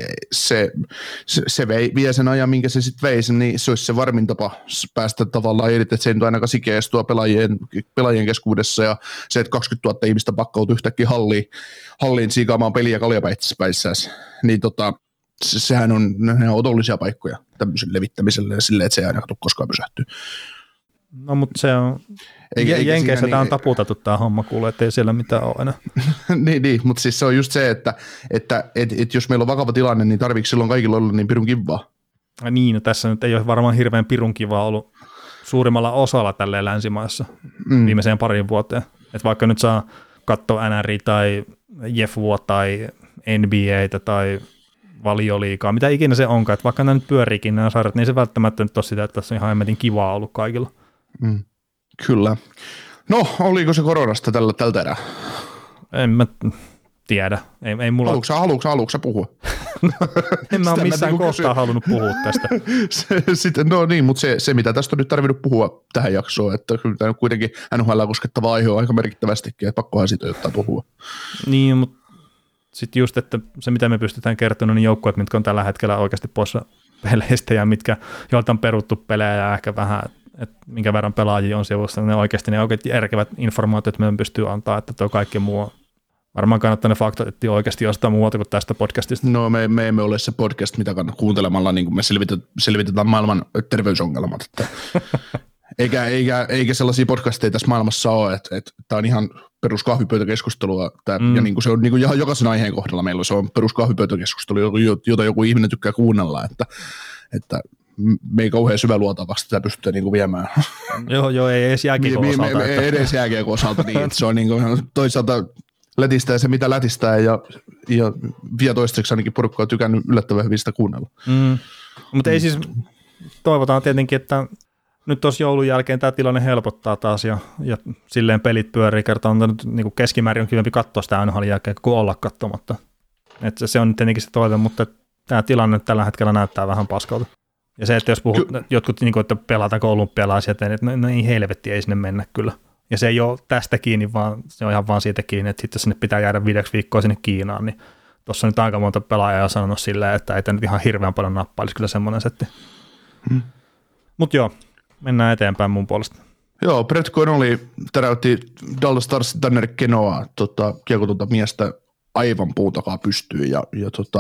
se vie sen ajan, minkä se sitten veisi, niin se olisi se varmin tapa päästä tavallaan irti, että se ei nyt ainakaan sikeestua pelaajien keskuudessa, ja se, että 20 000 ihmistä pakkautuu yhtäkkiä halliin siikaamaan peliä kaljapäissässä, niin sehän on otollisia paikkoja tämmöisen levittämiselle ja silleen, että se ei ainakaan tule koskaan pysähtyä. No mutta se on, Jenkeissä tämä on taputettu tämä homma, kuulee, ettei siellä mitään ole enää. niin, mutta siis se on just se, että jos meillä on vakava tilanne, niin tarviiko silloin kaikilla olla niin pirun kivaa? Niin, no tässä nyt ei ole varmaan hirveän pirun kivaa ollut suurimmalla osalla tälleen länsimaissa viimeiseen pariin vuoteen. Että vaikka nyt saa katsoa NRI tai Jefua tai NBAtä tai Valioliigaa, mitä ikinä se onkaan, että vaikka nämä nyt pyöriikin nämä sarjat, niin se välttämättä nyt ole sitä, että tässä on ihan hemmetin kivaa ollut kaikilla. Kyllä. No, oliko se koronasta tältä erää? En mä tiedä. Ei mulla... Haluatko sä puhua? En mä ole missään kohtaa halunnut puhua tästä. No niin, mutta se mitä tästä on nyt tarvinnut puhua tähän jaksoon, että kyllä tämä kuitenkin NHL koskettava aihe on aika merkittävästikin, että pakkohan siitä jotain puhua. Niin, mutta sitten just, että se mitä me pystytään kertomaan, niin joukkueet, mitkä on tällä hetkellä oikeasti poissa peleistä ja joilta on peruttu pelejä ja ehkä vähän, että minkä verran pelaajia on sivussa, ne oikeasti järkevät informaatiot me pystyy antaa, että tuo kaikki muu on. Varmaan kannattaa ne faktat, että oikeasti jostain muuta kuin tästä podcastista. No me emme ole se podcast, mitä kuuntelemalla niin kuin me selvitetään maailman terveysongelmat. Että eikä sellaisia podcasteja tässä maailmassa ole, että tämä on ihan peruskahvipöytäkeskustelua, ja niin kuin se on niin kuin jokaisen aiheen kohdalla meillä se on peruskahvipöytäkeskustelu, jota joku ihminen tykkää kuunnella, että me ei kauhean syväluotavaksi tätä pystytä niin kuin viemään. Joo, ei edes jääkiekon osalta. Ei edes jääkiekon osalta, niin että se on niin kuin toisaalta lätistää se, mitä lätistää, ja vielä toistaiseksi ainakin porukka on tykännyt yllättävän hyvin sitä kuunnella. Mutta ei siis, toivotaan tietenkin, että nyt tuossa joulun jälkeen tämä tilanne helpottaa taas, ja silleen pelit pyörii, kertaa on niin keskimäärin on kivempi katsoa sitä NHL jälkeen kuin olla katsomatta. Että se on tietenkin se toive, mutta tämä tilanne tällä hetkellä näyttää vähän paskalta. Ja se, että jos puhut jotkut, niin kuin, että pelataanko olympialaisia, että no ei helvetti, ei sinne mennä kyllä. Ja se ei ole tästä kiinni, vaan se on ihan vaan siitä kiinni, että sitten sinne pitää jäädä 5 viikkoa sinne Kiinaan, niin tuossa on nyt aika monta pelaajaa sanonut silleen, että ei tämä nyt ihan hirveän paljon nappailisi kyllä semmoinen setti. Mutta joo, mennään eteenpäin mun puolesta. Joo, Brett Connolly täräytti Dallas Starsin Tanner Kenoa kiekotonta miestä aivan puun takaa pystyyn ja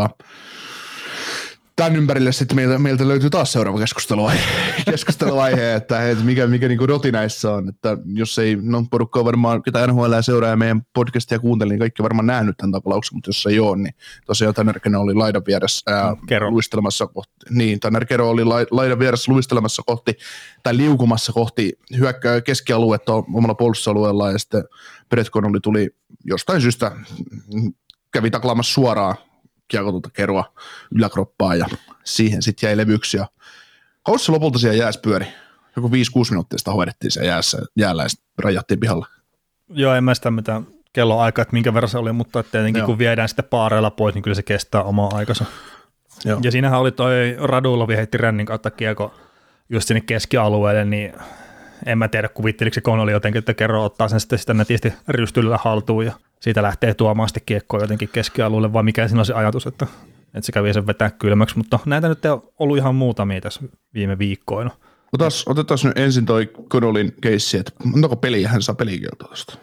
tämän ympärille sitten meiltä löytyy taas seuraava keskusteluaihe, että mikä niinku roti näissä on, että jos ei, no porukka on varmaan, ketä NHL seuraa ja meidän podcastia kuunteli, niin kaikki varmaan nähnyt tämän taklauksen, mutta jos ei ole, niin tosiaan Tanner Keno oli laidan vieressä luistelemassa kohti, Tanner Keno oli laidan vieressä luistelemassa kohti, tai liukumassa kohti hyökkää keskialuetta omalla puolustusalueellaan, ja sitten Brett Connolly tuli jostain syystä, kävi taklaamassa suoraan kiekotonta Keroa yläkroppaa ja siihen sitten jäi levyksi. Ja kaussa lopulta siellä jäässä pyöri. Joku 5-6 minuuttia sitä hoidettiin siellä jäällä ja sitten rajattiin pihalle. Joo, en mä sitä mitään kelloaikaa, että minkä verran se oli, mutta tietenkin kun viedään sitten paareilla pois, niin kyllä se kestää omaa aikansa. Joo. Ja siinähän oli toi Radulovi heitti rännin kautta kiekko just sinne keskialueelle, niin en mä tiedä, kuvitteliko se Connolly jotenkin, että Kero ottaa sen sitten sitä netisti rystyllä haltuun ja siitä lähtee tuomaan sitten kiekkoa jotenkin keskialueelle, vai mikä siinä on se ajatus, että se kävi sen vetää kylmäksi, mutta näitä nyt on ollut ihan muutamia tässä viime viikkoina. Otetaan nyt ensin toi Connollyn keissi, että montako peliä hän saa pelikieltoa tuosta?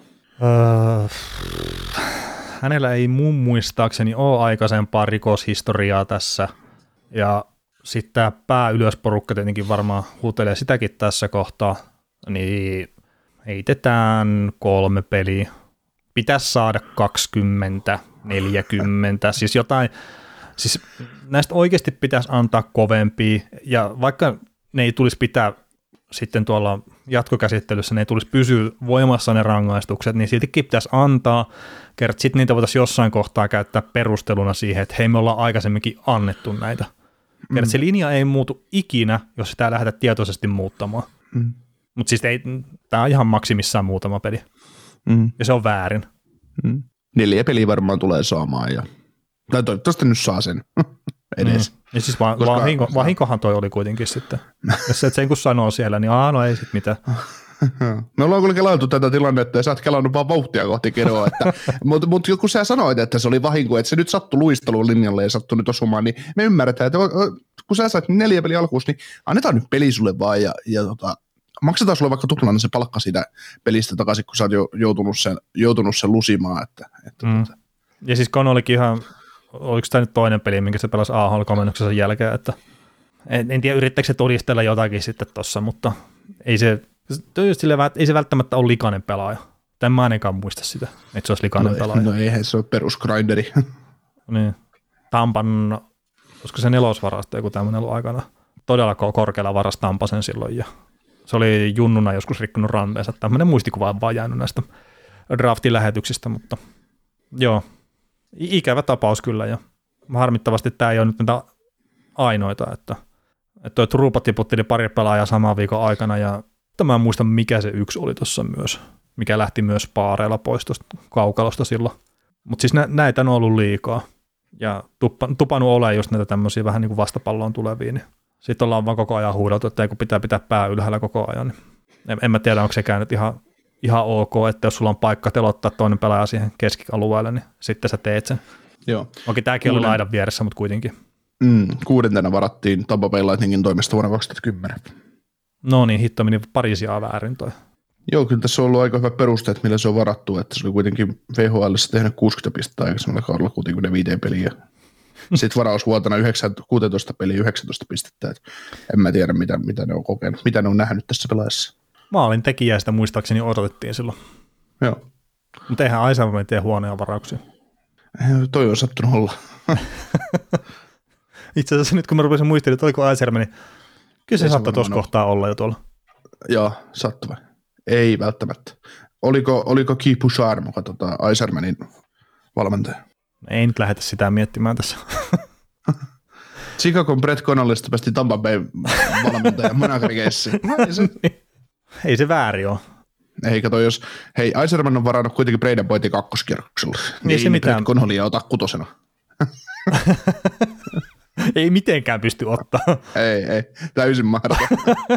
Hänellä ei mun muistaakseni ole aikaisempaa rikoshistoriaa tässä, ja sitten tämä pääylösporukka tietenkin varmaan huutelee sitäkin tässä kohtaa, niin heitetään 3 peliä. Pitäisi saada 20, 40, siis jotain, siis näistä oikeasti pitäisi antaa kovempia, ja vaikka ne ei tulisi pitää sitten tuolla jatkokäsittelyssä, ne ei tulisi pysyä voimassa ne rangaistukset, niin siltikin pitäisi antaa, kertaa sitten niitä voitaisiin jossain kohtaa käyttää perusteluna siihen, että hei, me ollaan aikaisemminkin annettu näitä. Kertaa se linja ei muutu ikinä, jos sitä lähdetään tietoisesti muuttamaan. Mutta siis tämä on ihan maksimissaan muutama peli, ja se on väärin. 4 peliä varmaan tulee saamaan, tai toivottavasti nyt saa sen edes. Ja siis vahinkohan toi oli kuitenkin sitten. Jos et sen kun sanoo siellä, niin no ei sit mitään. Me ollaan kyllä kelailtu tätä tilannetta ja sä oot kelannut vaan vauhtia kohti keroa. Mutta kun sä sanoit, että se oli vahinko, että se nyt sattui luistelulinjalle ja sattui nyt osumaan, niin me ymmärretään, että kun sä saat 4 peliä alkuus, niin annetaan nyt peli sulle vaan ja maksetaan sulle vaikka tuplana se palkka siitä pelistä takaisin, kun sä oot joutunut sen lusimaan. Ja siis Kon olikin ihan, oliko tämä nyt toinen peli, minkä se pelasi AHL-komennuksensa jälkeen, että en tiedä yrittääkö se todistella jotakin sitten tossa, mutta ei se välttämättä ole likainen pelaaja. Tai mä ainakaan muista sitä, että se olisi likainen pelaaja. No eihän se ole perusgrinderi. Niin. Tampan, olisiko se 4. varasta joku tämmöinen ollut aikana. Todella korkealla varas Tampasen silloin ja se oli junnuna joskus rikkunut ranteensa. Tämmöinen muistikuva on vaan jäänyt näistä draftin lähetyksistä, mutta joo, ikävä tapaus kyllä ja harmittavasti tämä ei ole nyt niitä ainoita, että tuo Trupa tiputteli pari pelaajaa saman viikon aikana ja mä en muista mikä se yksi oli tuossa myös, mikä lähti myös paareilla pois tuosta kaukalosta silloin. Mutta siis näitä on ollut liikaa ja tupannut ole just näitä tämmöisiä vähän niin kuin vastapalloon tulevia, niin sitten ollaan vaan koko ajan huudeltu, että kun pitää pää ylhäällä koko ajan, niin en mä tiedä, onko sekään nyt ihan ok, että jos sulla on paikka telottaa toinen pelaaja siihen keskialueelle, niin sitten sä teet sen. Joo. Okei, tämäkin oli laidan vieressä, mutta kuitenkin. 6. varattiin Tampa Bay Lightningin toimesta vuonna 2010. No niin, hitto meni pari sijaa väärin toi. Joo, kyllä tässä on ollut aika hyvä peruste, että millä se on varattu, että se oli kuitenkin VHL:ssä tehnyt 60 pistettä aikaisemmalla kaudella 65 peliä. Sitten varausvuotena 16 peliä 19 pistettä. Et en mä tiedä, mitä ne on kokenut, mitä ne on nähnyt tässä pelaajassa. Maalin tekijäistä muistaakseni odotettiin silloin. Joo. Mutta eihän Aiserman tee huonoja varauksia. Toi on sattunut olla. Itse asiassa nyt kun mä rupesin muistelemaan, että oliko Aiserman, niin kyllä se saattaa tuossa kohtaa olla jo tuolla. Joo, sattuva. Ei välttämättä. Oliko Guy Bouchard muka Aisermanin valmentaja? Ei nyt lähdetä sitä miettimään tässä. Chicagon Brett Connellista päästi Tampa Bay valmentaja Monaco-keissiin. Ei se väärin ole. Ei, kato, jos Aiserman on varannut kuitenkin Braden Pointin 2. kierroksella. Niin se mitään. Brett Connellia ota 6. Ei mitenkään pysty ottaa. Ei, täysin mahdoton.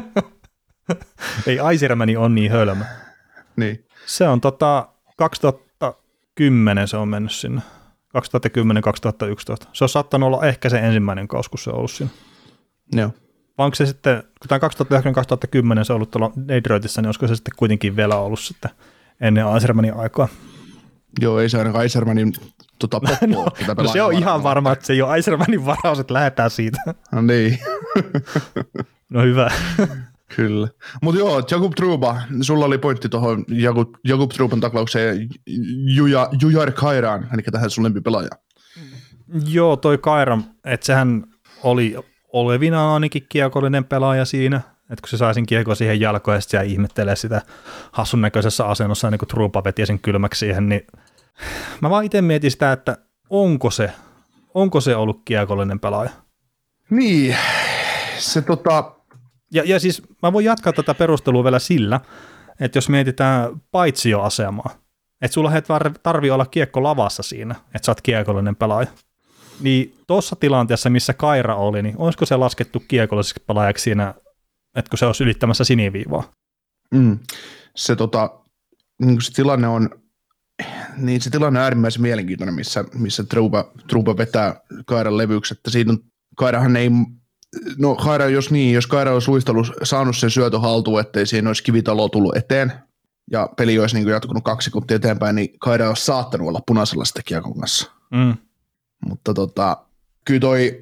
Ei Aisermani on niin hölmö. Niin. Se on 2010 se on mennyt sinne. 2010-2011. Se on saattanut olla ehkä se ensimmäinen kausi, kun se on ollut siinä. Joo. Vai onko se sitten, kun tämä 2009-2010 se on ollut tuolla Detroitissa, niin olisiko se sitten kuitenkin vielä ollut sitten ennen Aisermanin aikaa? Joo, ei se ainakaan Aisermanin poppoa. No se on ihan varma, että se ei ole Aisermanin varaus, että lähdetään siitä. No niin. No hyvä. Kyllä. Mutta joo, Jakub Trouba, sulla oli pointti tuohon Jakub Trouban taklaukseen Jujar Kairaan, eli tähän sun lempipelaaja. Joo, toi Kaira, että sehän oli olevinaan ainakin kiekollinen pelaaja siinä, että kun se sai sen kiekon siihen jalkoon ja sitten ihmettelee sitä hassun näköisessä asennossa, niin kun Trouba veti sen kylmäksi siihen, niin mä vaan itse mietin sitä, että onko se ollut kiekollinen pelaaja? Niin, se Ja siis mä voin jatkaa tätä perustelua vielä sillä, että jos mietitään paitsioasemaa, että sulla ei tarvitse olla kiekko lavassa siinä, että sä oot kiekollinen pelaaja. Niin tuossa tilanteessa, missä Kaira oli, niin olisiko se laskettu kiekolliseksi pelaajaksi siinä, että kun se olisi ylittämässä siniviivaa? Se niin se tilanne on, niin se tilanne on äärimmäisen mielenkiintoinen, missä Trouba vetää Kairan levyksi, että siinä on, Kairahan ei, no Kaira jos Kaira olisi luistellut saanut sen syötön haltuun, ettei siinä olisi kivitalo tullut eteen, ja peli olisi niin jatkunut 2 sekuntia eteenpäin, niin Kaira olisi saattanut olla punaisella sitä kiekon kanssa. Mutta kyllä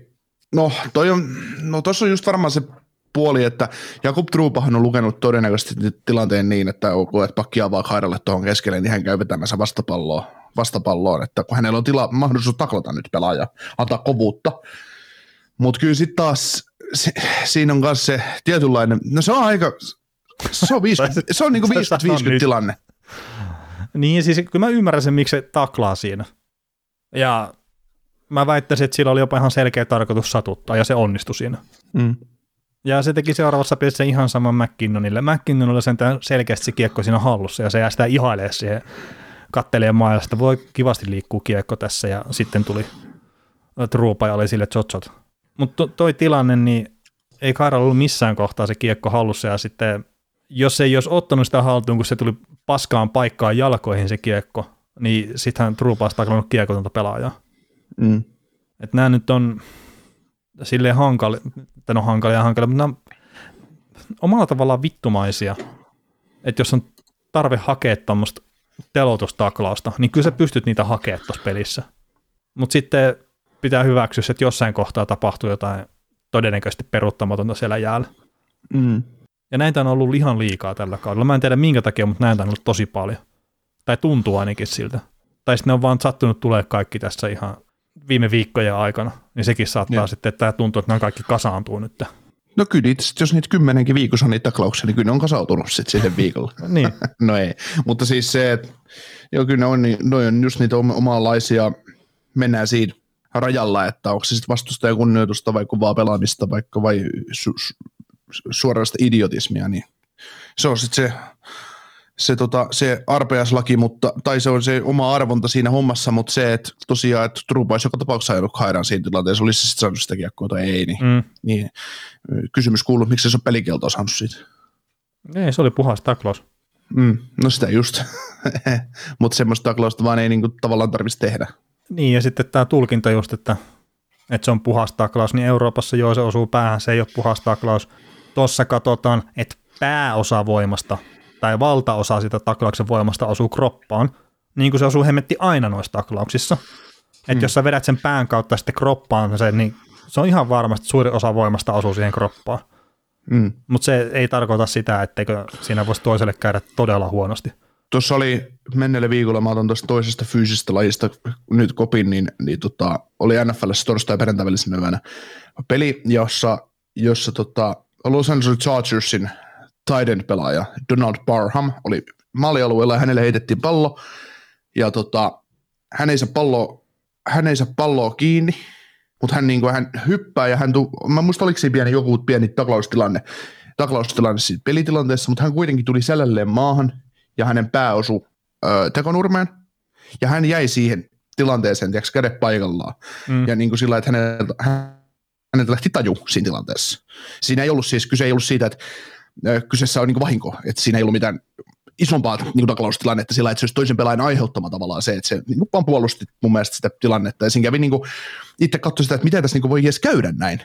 tuossa on just varmaan se puoli, että Jakub Troubahan on lukenut todennäköisesti tilanteen niin, että pakki avaa Kairalle tuohon keskelle, niin hän käy vetämässä vastapalloon, että kun hänellä on mahdollisuus taklata nyt pelaaja, antaa kovuutta. Mutta kyllä sitten taas siinä on myös se tietynlainen, no se on aika, se on niinku 50-50 tilanne. Niin siis kyllä mä ymmärrän sen, miksi se taklaa siinä. Ja mä väittäisin, että sillä oli jopa ihan selkeä tarkoitus satuttaa, ja se onnistui siinä. Ja se teki seuraavassa pelissä ihan saman McKinnonille. McKinnon oli sentään selkeästi se kiekko siinä hallussa, ja se jää sitä ihailemaan siihen, kattelee mailasta, voi kivasti liikkuu kiekko tässä, ja sitten tuli Trouba ja oli sille tsotsot. Mutta toi tilanne, niin ei Kairalla ollut missään kohtaa se kiekko hallussa, ja sitten jos ei olisi ottanut sitä haltuun, kun se tuli paskaan paikkaan jalkoihin se kiekko, niin sittenhän Trouba olisi taklannut kiekotonta pelaajaa. Että nämä nyt on silleen hankalia, mutta nämä on omalla tavallaan vittumaisia. Että jos on tarve hakea tuommoista telotustaklausta, niin kyllä sä pystyt niitä hakemaan tuossa pelissä. Mutta sitten pitää hyväksyä, että jossain kohtaa tapahtuu jotain todennäköisesti peruuttamatonta siellä jäällä. Ja näitä on ollut ihan liikaa tällä kaudella. Mä en tiedä minkä takia, mutta näitä on ollut tosi paljon. Tai tuntuu ainakin siltä. Tai sitten ne on vaan sattunut tulee kaikki tässä ihan viime viikkojen aikana. Niin sekin saattaa sitten, että tämä tuntuu, että nämä kaikki kasaantuu nyt. No kyllä, jos niitä 10 viikossa on niitä taklauksia, niin kyllä ne on kasautunut sitten siihen viikolla. Niin. No ei, mutta siis se, että joo, kyllä ne on just niitä omanlaisia, mennään siinä rajalla, että onko se sitten vastustajan kunnioitusta vai kovaa pelaamista vaikka vai suorasta idiotismia, niin se on sitten se arpeuslaki, tai se on se oma arvonta siinä hommassa, mutta se, että tosiaan, että Trouba olisi joka tapauksessa ajanut Kairan siinä tilanteessa, olisi se sitten saanut sitä kiekkoa tai ei, niin kysymys kuuluu, miksi se on pelikieltoa saanut siitä? Ei, se oli puhas taklaus. No sitä just, mutta semmoista taklausta vaan ei niinku tavallaan tarvitsisi tehdä. Niin, ja sitten tämä tulkinta just, että se on puhas taklaus, niin Euroopassa joo, se osuu päähän, se ei ole puhas taklaus. Tuossa katsotaan, että pääosa voimasta tai valtaosa sitä taklauksen voimasta osuu kroppaan, niin kuin se osuu hemmetti aina noissa taklauksissa. Että jos sä vedät sen pään kautta sitten kroppaan, niin se on ihan varmasti suuri osa voimasta osuu siihen kroppaan. Mutta se ei tarkoita sitä, etteikö siinä voisi toiselle käydä todella huonosti. Tuossa oli menneelle viikolla, mä otan tuosta toisesta fyysisestä lajista nyt kopin, niin oli NFL:ssä torstai- ja perjantai välisenä yönä peli, jossa Los Angeles Chargersin tight end pelaaja Donald Parham oli maalialueella ja hänelle heitettiin pallo ja hän ei saa palloa kiinni, mutta hän hyppää ja mä muista oliko siinä joku pieni taklaustilanne siitä pelitilanteessa, mutta hän kuitenkin tuli selälleen maahan ja hänen pää osui tekonurmeen ja hän jäi siihen tilanteeseen, tiedätkö, kädet paikallaan ja niin kuin sillä, että häneltä lähti taju siinä tilanteessa. Kyse ei ollut siitä, että kyseessä on niin kuin vahinko, että siinä ei ollut mitään isompaa niin taklaustilannetta sillä, että se olisi toisen pelaajan aiheuttama tavallaan se, että se niin kuin vaan puolusti mun mielestä sitä tilannetta ja siinä kävi niin kuin, itse katsoi sitä, että miten tässä niin kuin voi edes käydä näin.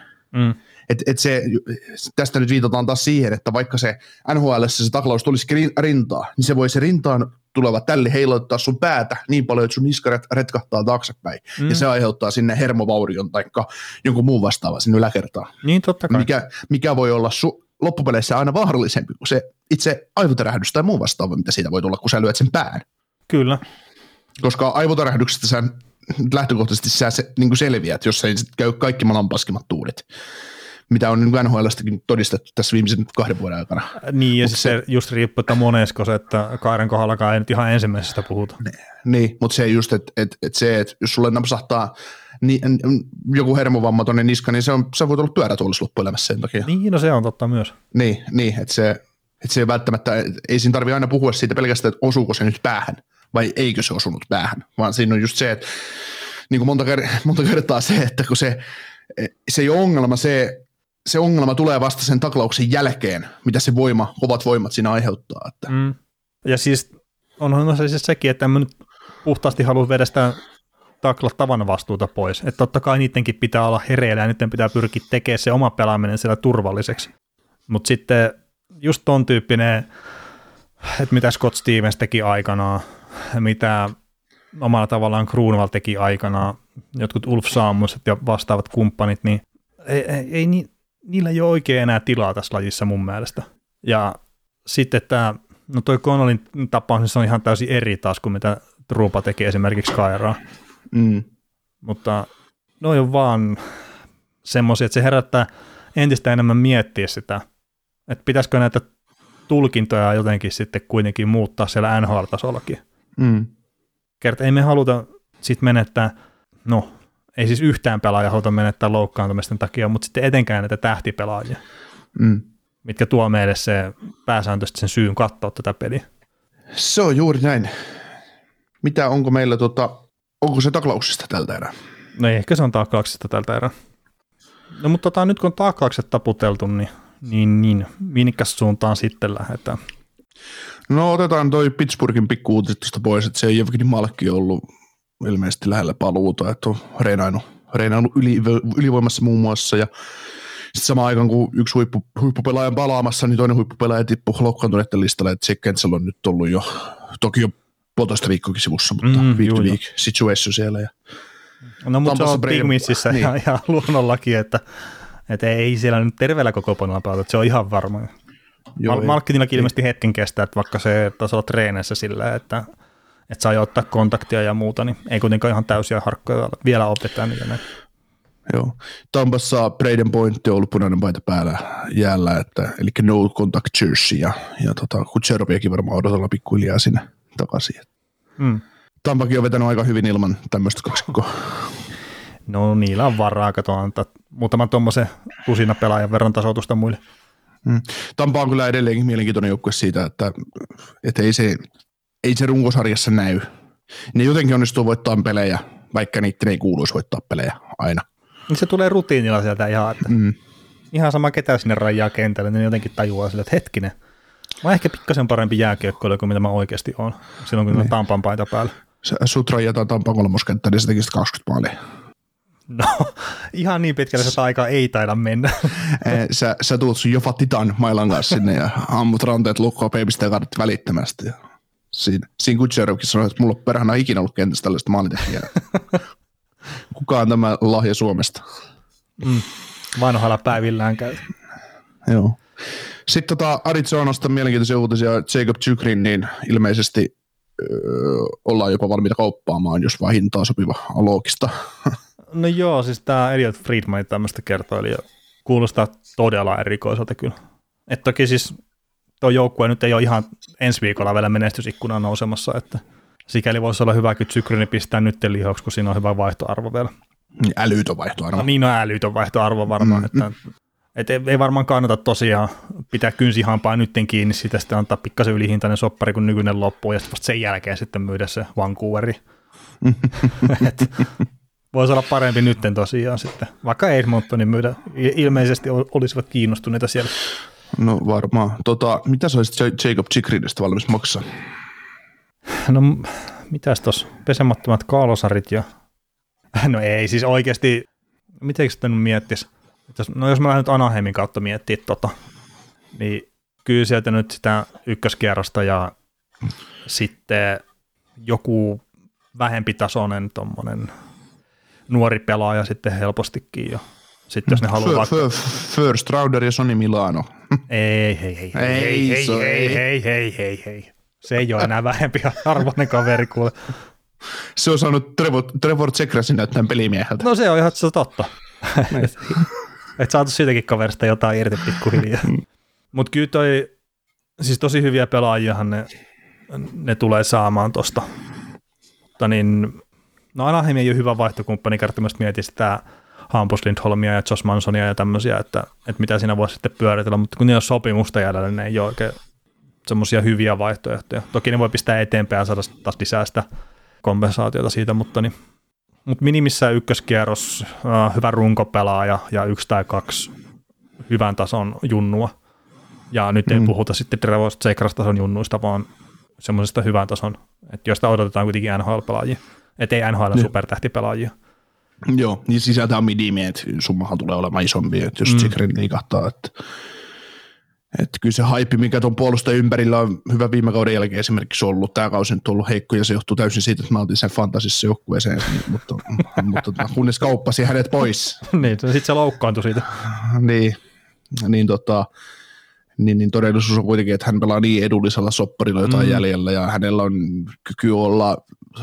Tästä nyt viitataan taas siihen, että vaikka se NHL:ssä se taklaus tulisikin rintaa, niin se voi se rintaan tuleva tälli heilauttaa sun päätä niin paljon, että sun niska retkahtaa taaksepäin. Ja se aiheuttaa sinne hermovaurion tai jonkun muun vastaava sinne yläkertaan. Niin totta kai. Mikä voi olla loppupeleissä aina vaarallisempi kuin se itse aivotärähdys tai muu vastaava, mitä siitä voi tulla, kun sä lyöt sen pään. Kyllä. Koska aivotärähdyksestä sä lähtökohtaisesti sä niin selviät, jos ei käy kaikki maailman paskimmat tuudet, mitä on niin NHL:stäkin todistettu tässä viimeisen 2 vuoden aikana. Niin, ja se just riippuu, että monesko se, että Kairan kohdallakaan ei nyt ihan ensimmäisestä puhuta. Niin, mutta se just, että jos sulle napsahtaa joku hermovamma tuonne niska, niin sä voit olla pyörätuolissa loppuelämässä sen takia. Niin, no se on totta myös. Niin että se välttämättä, ei siinä tarvitse aina puhua siitä pelkästään, että osuuko se nyt päähän, vai eikö se osunut päähän, vaan siinä on just se, että niin kuin monta kertaa se, että kun se ei ole ongelma, se ongelma tulee vasta sen taklauksen jälkeen, mitä se kovat voimat siinä aiheuttaa. Että. Ja siis onhan se siis sekin, että en mä nyt puhtaasti halua vedä sitä taklattavan vastuuta pois. Että totta kai niidenkin pitää olla hereillä ja niiden pitää pyrkiä tekemään se oma pelaaminen siellä turvalliseksi. Mutta sitten just ton tyyppinen, että mitä Scott Stevens teki aikanaan, mitä omalla tavallaan Grunwald teki aikanaan, jotkut Ulf Samuelset ja vastaavat kumppanit, niin ei niillä ei ole oikein enää tilaa tässä lajissa mun mielestä. Ja sitten toi Connollin tapaus, niin se on ihan täysin eri taas kuin mitä Trouba teki esimerkiksi Kairaa. Mutta noi on vaan semmoisia, että se herättää entistä enemmän miettiä sitä, että pitäisikö näitä tulkintoja jotenkin sitten kuitenkin muuttaa siellä NHL-tasollakin. Kerta ei me haluta sitten menettää, no ei siis yhtään pelaajaa haluta menettää loukkaantumisten takia, mutta sitten etenkään näitä tähtipelaajia, mitkä tuo meille se pääsääntöisesti sen syyn katsoa tätä peliä. Se on juuri näin. Onko meillä onko se taklauksista tältä erää? No ehkä se on taklauksista tältä erää. No mutta nyt kun on taklaukset taputeltu, niin Niin. Minkäs suuntaan sitten lähdetään? No otetaan toi Pittsburghin pikku-uutiset tuosta pois, että se ei Jevgeni Malkki ollut ilmeisesti lähellä paluuta, että on reinailu ylivoimassa muun muassa, ja sitten samaan aikaan, kun yksi huippupelaaja palaamassa, niin toinen huippupelaaja tippui loukkaantuneiden listalle, että Jake Gensel on nyt ollut jo, toki jo 1,5 viikkoakin sivussa, mutta week-to-week situation siellä. Ja no mutta se on Pigmitsissä niin. ihan luonnollakin, että ei siellä nyt terveellä kokoonpanolla pelata, että se on ihan varma. Malkkinillakin ilmeisesti hetken kestää, että vaikka se taisi olla treeneissä sillä, että saa jo ottaa kontaktia ja muuta, niin ei kuitenkaan ihan täysiä harkkoja vielä opetetaan niitä. Joo. Tampassa Braden Point on ollut punainen paita päällä jäällä, eli no contact jersey, ja Kutseroviakin varmaan odotellaan pikkuhiljaa sinne takaisin. Tampakin on vetänyt aika hyvin ilman tämmöistä kaksikkoa. No niillä on varaa, antaa muutaman tuommoisen tusina pelaajan verran tasoitusta muille. Tampa on kyllä edelleenkin mielenkiintoinen joukkue siitä, että ei se runkosarjassa näy. Ne jotenkin onnistuu voittaa pelejä, vaikka niiden ei kuuluisi voittaa pelejä aina. Niin se tulee rutiinilla sieltä ihan, että ihan sama ketä sinne rajaa kentälle, niin jotenkin tajuaa sille, että hetkinen, mä oon ehkä pikkasen parempi jääkiekkoilija kuin mitä mä oikeasti oon, silloin kun on Tampan paita päällä. Sut rajataan Tampan kolmoskenttä, niin sä tekisit 20 maalia. No, ihan niin pitkälle se aika ei taida mennä. Sä tuut sun Jofa Titan mailan kanssa sinne ja ammut ranteet lukkoa peipistä ja kaadat välittömästi. Siinä Kutserovkin sanoi, että mulla on perhana ikinä ollut kentässä tällaista maalitekijää. Kuka on tämä lahja Suomesta? Vanhalla päivillään käy. Joo. Sitten Arizonasta mielenkiintoisia uutisia. Jacob Chikrin, niin ilmeisesti ollaan jopa valmiita kauppaamaan, jos vaan hintaa sopiva loogista. No joo, siis tämä Elliot Friedman tämmöistä kertoili ja kuulostaa todella erikoiselta kyllä. Että toki siis tuo joukkue nyt ei ole ihan ensi viikolla vielä menestysikkunaan nousemassa, että sikäli voisi olla hyvä, kun Chikrin pistää nyt lihoksi, kun siinä on hyvä vaihtoarvo vielä. Älytön vaihtoarvo. No niin, on älytön vaihtoarvo varmaan, että ei varmaan kannata tosiaan pitää kynsihampaa nytten kiinni siitä, sitten antaa pikkasen ylihintainen soppari, kun nykyinen loppuu, ja sitten vasta sen jälkeen sitten myydä se Vancouveri. Voisi olla parempi nytten tosiaan sitten, vaikka Edmontonin myydä, ilmeisesti olisivat kiinnostuneita siellä. No varmaan. Mitä sä olisit Jacob Chikrinistä valmis maksaa? No mitäs tuossa, pesemattomat kaalosarit ja no ei, siis oikeasti, miten sitä nyt miettisi? No jos mä lähden nyt Anaheimin kautta miettimään niin kyllä sieltä nyt sitä ykköskierrosta ja sitten joku vähempitasoinen tommonen nuori pelaaja sitten helpostikin. Ja sitten jos ne haluaa First rounder ja Sonny Milano. Ei. Se ei ole enää vähempi arvoinen kaveri kuule. Se on saanut Trevor Zegrasin näyttämään pelimieheltä. No se on ihan totta. Että saatu siitäkin kaverista jotain irti pikkuhiljaa. Mutta kyllä toi, siis tosi hyviä pelaajiahan ne tulee saamaan tosta. Mutta niin, no Anaheim ei ole hyvä vaihtokumppani, kertomasta mietin sitä Hampus Lindholmia ja Josh Mansonia ja tämmöisiä, että mitä siinä voisi sitten pyöritellä, mutta kun ne on sopimusta jäljellä, niin ne ei ole oikein semmoisia hyviä vaihtoehtoja. Toki ne voi pistää eteenpäin ja saada taas lisää sitä kompensaatiota siitä, mutta minimissään ykköskierros, hyvä runkopelaaja ja 1 tai 2 hyvän tason junnua. Ja nyt ei puhuta sitten Trevor Zegras-tason junnuista, vaan semmoisesta hyvän tason, että josta odotetaan kuitenkin NHL-pelaajia, et ei NHL-supertähtipelaajia. Joo, niin sisältää midimiä, että summahan tulee olemaan isompi, että jos Zegrin liikahtaa, että kyllä se haippi, mikä tuon puolustajan ympärillä on hyvä viime kauden jälkeen esimerkiksi ollut. Tämä kausi nyt on ollut heikko ja se johtuu täysin siitä, että mä oltiin sen fantasissa joukkueeseen, mutta kunnes kauppasi hänet pois. Niin, sitten se loukkaantui siitä. Niin todellisuus on kuitenkin, että hän pelaa niin edullisella sopparilla jotain jäljellä ja hänellä on kyky olla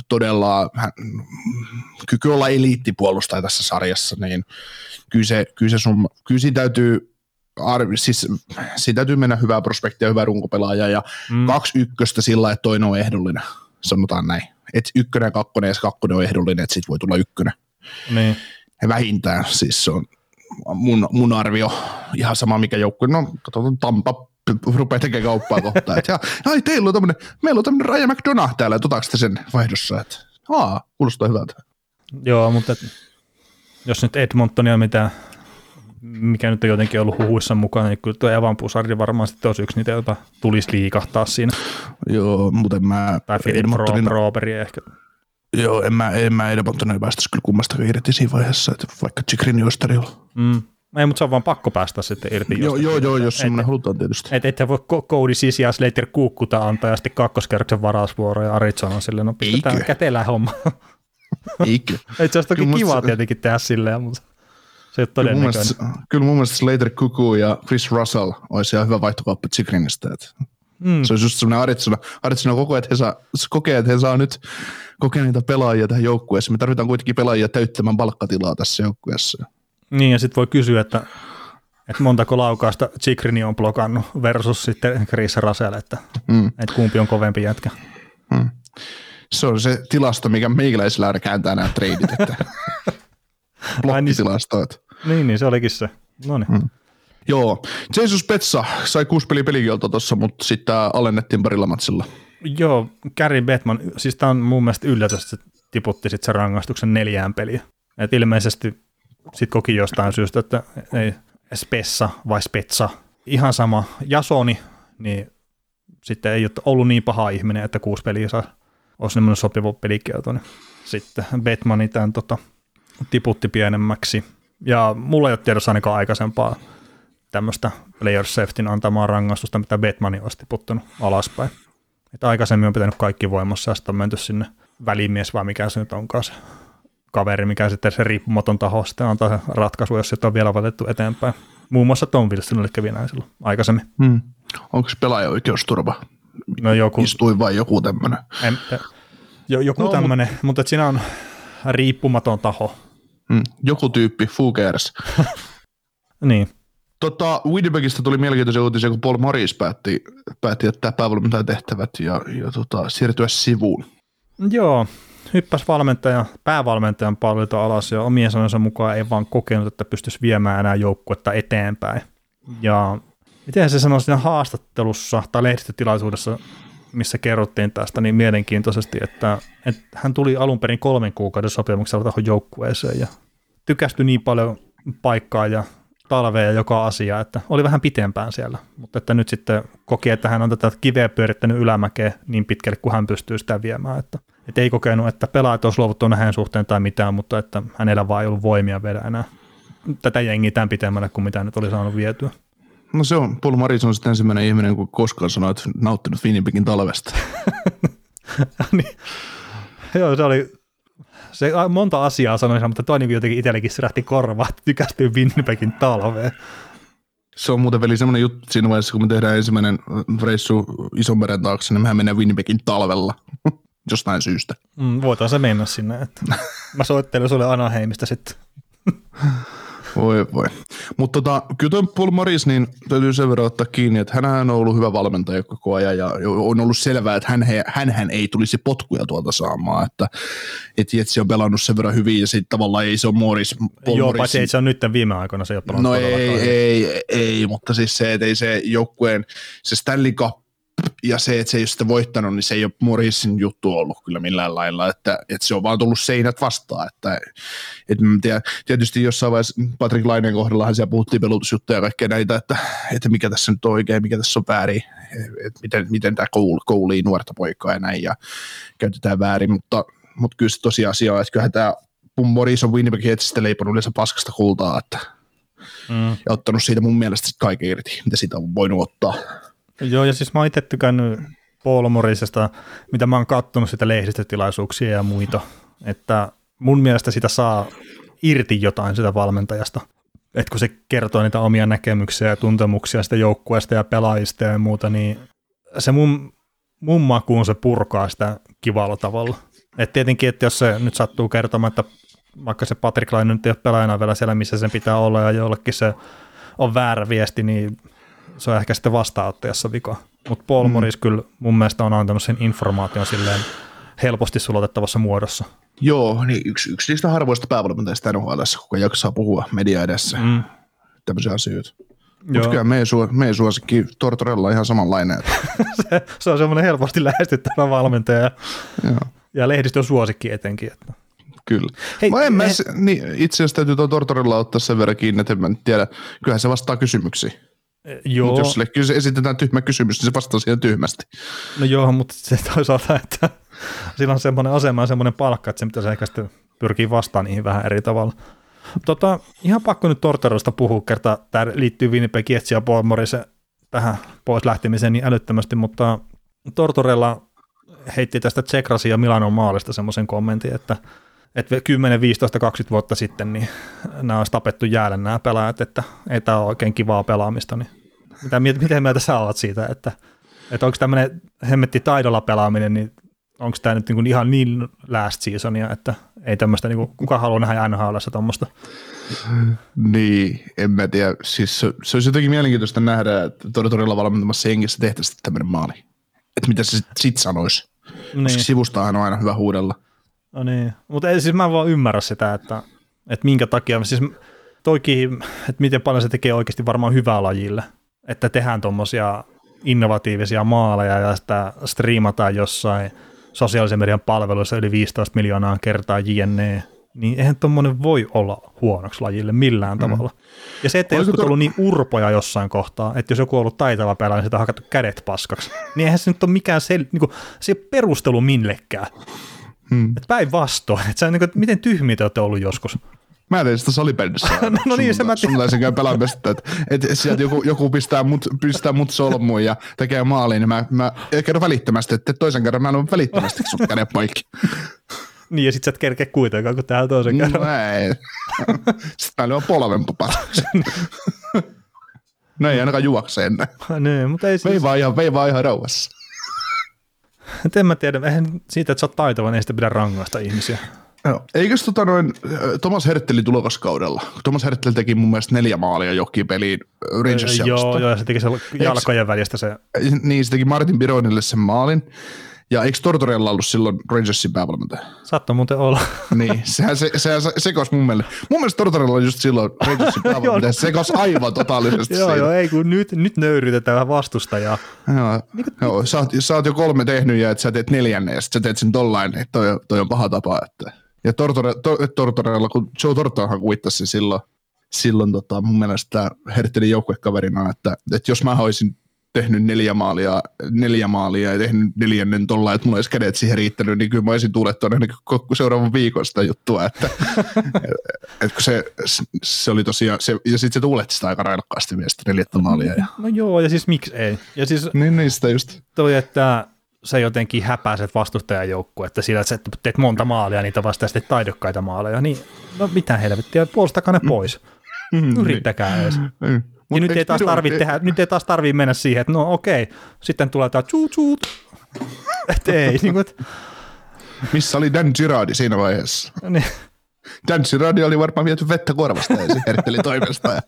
kyky olla eliittipuolustaja tässä sarjassa, niin kyllä siinä täytyy siinä täytyy mennä hyvää prospektia, hyvää runkopelaaja ja 2 ykköstä sillä, että toinen on ehdollinen, sanotaan näin. Että 1 ja 2 ja 2 on ehdollinen, että siitä voi tulla 1. Niin. Vähintään, siis se on mun arvio, ihan sama mikä joukkue, no katsotaan Tampa rupeaa tekemään kauppaa kohtaan, että meillä on tämmöinen Ryan McDonough täällä, että otaako sen vaihdossa, että kuulostaa hyvältä. Joo, mutta jos nyt Edmontonia mitä mikä nyt on jotenkin ollut huhuissa mukana, niin kyllä tuo Evan Bouchard varmaan sitten olisi yksi niitä, jota tulisi liikahtaa siinä. Joo, mutta tai Philip Roberi ehkä. Joo, en mä Edmontonin päästäisi kyllä kummastakaan irti siinä vaiheessa, että vaikka Chikrin olisi tarjolla. Ei, mutta se on vaan pakko päästä sitten irti. Joo, jos semmoinen halutaan tietysti. Että voi Cody Sisi ja Slater Kuukkuta antaa ja sitten kakkoskerroksen varausvuoro ja Arizona on silleen, no pistetään kätelään homma. Eikö? Itse asiassa toki kivaa tietenkin tehdä silleen, mutta se ei ole todennäköinen. Kyllä mun mielestä Slater Kuku ja Chris Russell olisi ihan hyvä vaihtokauppa Chikrinistä. Se olisi just semmoinen Arizona kokee, että he saa nyt kokeneita pelaajia tähän joukkueeseen. Me tarvitaan kuitenkin pelaajia täyttämään palkkatilaa tässä joukkueessa. Niin, ja sitten voi kysyä, että montako laukausta Chikrini on blokannut versus sitten Chris Russell, että kumpi on kovempi jätkä. Se on se tilasto, mikä meikäläisellä kääntää nämä treidit, että blokkitilastoit. Niin, se olikin se. Noniin. Joo, Jesus Petsa sai 6 pelikieltoa tuossa, mutta sitten alennettiin parilla matsilla. Joo, Gary Bettman, siis tämä on mun mielestä yllätys, että tiputti sitten sen rangaistuksen 4 peliä. Et ilmeisesti sitten koki jostain syystä, että ei Spessa vai Spetsa, ihan sama Jasoni, niin sitten ei ole ollut niin paha ihminen, että 6 peliä olisi semmoinen sopiva pelikielto. Niin sitten Bettmani tämän tiputti pienemmäksi. Ja mulla ei ole tiedossa ainakaan aikaisempaa tämmöistä player safetyn antamaa rangaistusta, mitä Bettmani olisi tiputtanut alaspäin. Että aikaisemmin on pitänyt kaikki voimassa ja sitten on menty sinne välimies, vai mikä se nyt onkaan se kaveri, mikä sitten se riippumaton taho sitten antaa se ratkaisu, jos sitä on vielä valittu eteenpäin. Muun muassa Tom Wilsonille kävi näin silloin aikaisemmin. Onko se pelaaja-oikeusturva? No joku. Istui vai joku tämmöinen? Joku tämmöinen, mutta siinä on riippumaton taho. Joku tyyppi, Fugers. Niin. Winnipegistä tuli mielenkiintoisia uutisia, kun Paul Maurice päätti jättää päävalmentajan tehtävät ja siirtyä sivuun. Joo, hyppäsi päävalmentajan palvelta alas ja omien sanojensa mukaan ei vaan kokenut, että pystyisi viemään enää joukkuetta eteenpäin. Ja miten se sanoi siinä haastattelussa tai lehdistötilaisuudessa, missä kerrottiin tästä niin mielenkiintoisesti, että hän tuli alun perin 3 kuukauden sopimuksella tuohon joukkueeseen ja tykästyi niin paljon paikkaa ja talvea ja joka asia, että oli vähän pitempään siellä, mutta että nyt sitten koki, että hän on tätä kiveä pyörittänyt ylämäkeä niin pitkälle, kuin hän pystyy sitä viemään, että ei kokenut, että pelaajat olisi luovuttu hänen suhteen tai mitään, mutta että hänellä vaan ei ollut voimia vielä enää tätä jengiä tämän pitemmälle kuin mitä nyt oli saanut vietyä. No se on, Paul Maurice on sitten ensimmäinen ihminen, kun koskaan sanoi, että nauttinut Winnipegin talvesta. Niin. Joo, se oli monta asiaa sanoisin, mutta toinen jotenkin itsellekin särähti korvaan, että tykästyy Winnipegin talveen. Se on muuten veli semmoinen juttu siinä vaiheessa, kun me tehdään ensimmäinen reissu Isomeren taakse, niin mehän mennään Winnipegin talvella jostain syystä. Voitaan se mennä sinne, että mä soittelen sulle Anaheimista sitten. Voi. Mutta kyllä tuon Paul Maurice, niin täytyy sen verran ottaa kiinni, että hänhän on ollut hyvä valmentaja koko ajan ja on ollut selvää, että hänhän ei tulisi potkuja tuolta saamaan, että Jetsi on pelannut sen verran hyvin ja sitten tavallaan ei se ole Maurice. Joo, paitsi ei se on nyt viime aikoina se ei ole pelannut. No ei, mutta siis se, että ei se joukkueen, se Stanley Cup ja se, että se ei ole sitä voittanut, niin se ei ole Mauricen juttu ollut kyllä millään lailla, että se on vaan tullut seinät vastaan, että tietysti jossain vaiheessa Patrick Laineen kohdallahan siellä puhuttiin pelutusjuttuja ja kaikkea näitä, että mikä tässä nyt on oikein, mikä tässä on väärin, että miten tämä koulii nuorta poikaa ja näin ja käytetään väärin, mutta kyllä se tosiasia on, että kyllähän tämä Maurice on Winnipeg Jetsistä leiponut yleensä paskasta kultaa, ja ottanut siitä mun mielestä kaiken irti, mitä siitä on voinut ottaa. Joo, ja siis mä oon itse tykännyt Paul Mauricesta, mitä mä oon kattonut sitä lehdistötilaisuuksia ja muita, että mun mielestä sitä saa irti jotain sitä valmentajasta, että kun se kertoo niitä omia näkemyksiä ja tuntemuksia sitä joukkueesta ja pelaajista ja muuta, niin se mun makuun se purkaa sitä kivalla tavalla. Et tietenkin, että jos se nyt sattuu kertomaan, että vaikka se Patrick Laine nyt ei ole pelaajana vielä siellä, missä sen pitää olla ja jollekin se on väärä viesti, niin se on ehkä sitten vastaanottajassa vika. Mutta Paul Maurice kyllä mun mielestä on antanut sen informaation silleen helposti sulatettavassa muodossa. Joo, niin yksi niistä harvoista päävalmentajista NHL:ssä, kuka jaksaa puhua media edessä. Tämmöisiä asioita. Mutta kyllä meidän suosikki Tortorella on ihan samanlainen. se on semmoinen helposti lähestyttävä valmentaja ja lehdistön suosikki etenkin. Että. Kyllä. Hei, niin, itse asiassa täytyy tuo Tortorella ottaa sen verran kiinni, että en tiedä. Kyllähän se vastaa kysymyksiin. Joo. Mutta jos sille esitetään tyhmä kysymys, niin se vastaa siihen tyhmästi. No joo, mutta se toisaalta, että sillä on semmoinen asema ja semmoinen palkka, että se pitäisi ehkä sitten pyrkii vastaan niihin vähän eri tavalla. Ihan pakko nyt Tortorellasta puhua, kertaa tämä liittyy Winnipeg Jetsin ja Paul Morrisen tähän pois lähtemiseen niin älyttömästi, mutta Tortorella heitti tästä Tsekrasin ja Milanon maalista semmoisen kommentin, että 10, 15, 20 vuotta sitten niin nämä olisi tapettu jäällä nämä pelaajat, että ei tämä ole oikein kivaa pelaamista. Niin miten mieltä sä olet siitä, että onko tämmöinen hemmetti taidolla pelaaminen, niin onko tämä nyt ihan niin last seasonia, että ei tämmöistä, kuka haluaa nähdä NHL:ssä tuommoista? Niin, en mä tiedä. Siis se olisi jotenkin mielenkiintoista nähdä, että todella valmentamassa jengissä tehtäisiin tämmöinen maali. Että mitä se sitten sanoisi. Niin. Koska sivustahan on aina hyvä huudella. No niin, mutta siis mä en vaan ymmärrä sitä, että minkä takia, siis toikin, että miten paljon se tekee oikeasti varmaan hyvää lajille, että tehdään tuommoisia innovatiivisia maaleja ja sitä striimataan jossain sosiaalisen median palveluissa yli 15 miljoonaa kertaa jne, niin eihän tuommoinen voi olla huonoksi lajille millään tavalla. Ja se, että joskus ollut niin urpoja jossain kohtaa, että jos joku on ollut taitava pelaaja, niin sitä on hakattu kädet paskaksi, niin eihän se nyt ole mikään se ei perustelu millekään. Päinvastoin, että miten tyhmiä te olette ollut joskus? Mä tein sitä salibändissä. No niin, se mä tein. Sunnuntaisen käy pelaamista, että sieltä joku pistää mut solmuun ja tekee maaliin, niin mä kerron välittömästi, että toisen kerran mä en välittömästi sun käden poikki. Niin, ja sit sä et kerkeä kuitenkaan, kun täällä toisen kerran. No ei. Sitten mä lyön polven papaksi. No ei ainakaan juokse ennen. Niin, mutta ei siis. Vei vaan ihan rauhassa. En mä tiedä, eihän siitä, että sä oot taitava, niin ei sitä pidä rangaista ihmisiä. No, eikös Thomas Herttelin tulokaskaudella? Thomas Herttel teki mun mielestä 4 maalia johonkin peliin Rangersia vastaan. Joo, ja se teki se jalkojen välistä se. Niin, se teki Martin Bironille sen maalin. Ja eikö Tortorella ollut silloin Rangersin päävalmentaja? Saattoi muuten olla. Niin, sehän sekosi mun mielestä. Mun mielestä Tortorella oli just silloin Rangersin päävalmentaja. Se sekosi aivan totaalisesti. Joo, ei kun nyt nöyrytetään vastustajaa. Joo, sä oot jo 3 tehnyt ja että sä teet 4. ja sit sä teet sen tollain, että toi on paha tapa. Että. Ja Tortorella, kun Joe Tortorahan kuittasi silloin mun mielestä Herttelin joukkuekaverina, että jos mä olisin tehnyt 4 maalia ja tehnyt 4. tolla, että mulla olisi kädet siihen riittänyt, niin kyllä mä olisin tuulettu ainakin seuraavan viikon sitä juttua, että kun se oli tosiaan, ja sitten se tuuletti sitä aika railakkaasti myös 4. maalia. No joo, ja siis miksi ei? Ja siis niin sitä just. Toi, että sä jotenkin häpäiset vastustajan joukkueen, että sillä, että sä teet monta maalia, niitä vastaan sitten taidokkaita maaleja, niin no mitä helvettiä, puolustakaa ne pois. Yrittäkää edes. Ja nyt ei taas tarvitse mennä siihen, että no okei, sitten tulee tää tsuut. Että ei. Niin kuin, missä oli Dan Girardi siinä vaiheessa? Niin. Dan Girardi oli varmaan viety vettä korvasta ja se Hertteli toimesta.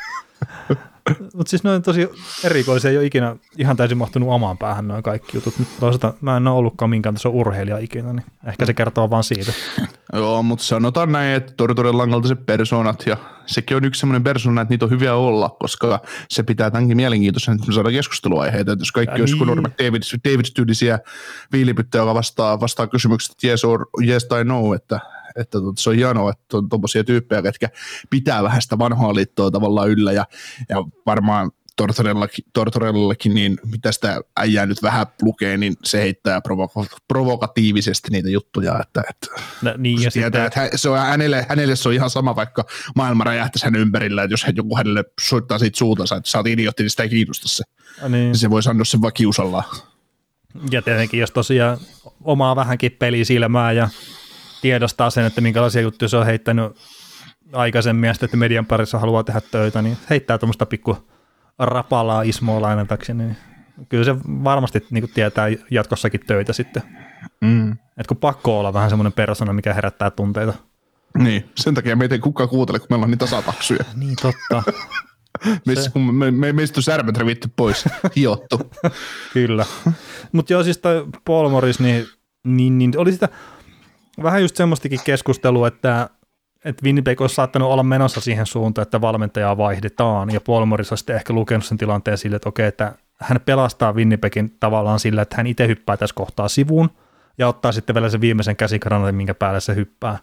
Mutta siis noin tosi erikoisia, ei ole ikinä ihan täysin mahtunut omaan päähän noin kaikki jutut. Toisaalta mä en ole ollutkaan minkään tason urheilija ikinä, niin ehkä se kertoo vaan siitä. Joo, mutta sanotaan näin, että Tortorella on kaltaiset persoonat ja sekin on yksi semmoinen persona, että niitä on hyviä olla, koska se pitää tämänkin mielenkiintoisen, että me saadaan keskusteluaiheita, että jos kaikki olisi kuin Norman David-tyylisiä viilipyttöjä, joka vastaa kysymykset yes tai no, että se on hienoa, että on tuommoisia tyyppejä, jotka pitää vähän sitä vanhaa liittoa tavallaan yllä ja varmaan Tortorellakin, niin mitä sitä äijää nyt vähän lukee, niin se heittää provokatiivisesti niitä juttuja, että niin, ja tietää, että hänelle se on ihan sama, vaikka maailma räjähtäisi hänen ympärillä, että jos joku hänelle soittaa siitä suutansa, että sä oot idiotti, niin sitä ei kiinnosta se. Niin se voi sanoa sen vaan kiusallaan. Ja tietenkin, jos tosiaan omaa vähänkin pelisilmää ja tiedostaa sen, että minkälaisia juttuja se on heittänyt aikaisemmin ja sitten, että median parissa haluaa tehdä töitä, niin heittää tuommoista pikku rapalaa Ismoa lainatakseni, niin kyllä se varmasti niin kuin tietää jatkossakin töitä sitten. Että kun pakko olla vähän semmoinen persona, mikä herättää tunteita. Niin, sen takia meitä ei kukaan kuuntele, kun meillä on niin tasataksuja. Niin, totta. Meistä on särmät revitty pois, hiottu. Kyllä. Mutta joo, siis toi Paul Morris, niin oli sitä vähän just semmoistakin keskustelua, että Winnipeg olisi saattanut olla menossa siihen suuntaan, että valmentajaa vaihdetaan, ja Paul Morris on sitten ehkä lukenut sen tilanteen sille, että okei, että hän pelastaa Winnipegin tavallaan sillä, että hän itse hyppää tässä kohtaa sivuun, ja ottaa sitten vielä sen viimeisen käsikranalin, minkä päälle se hyppää.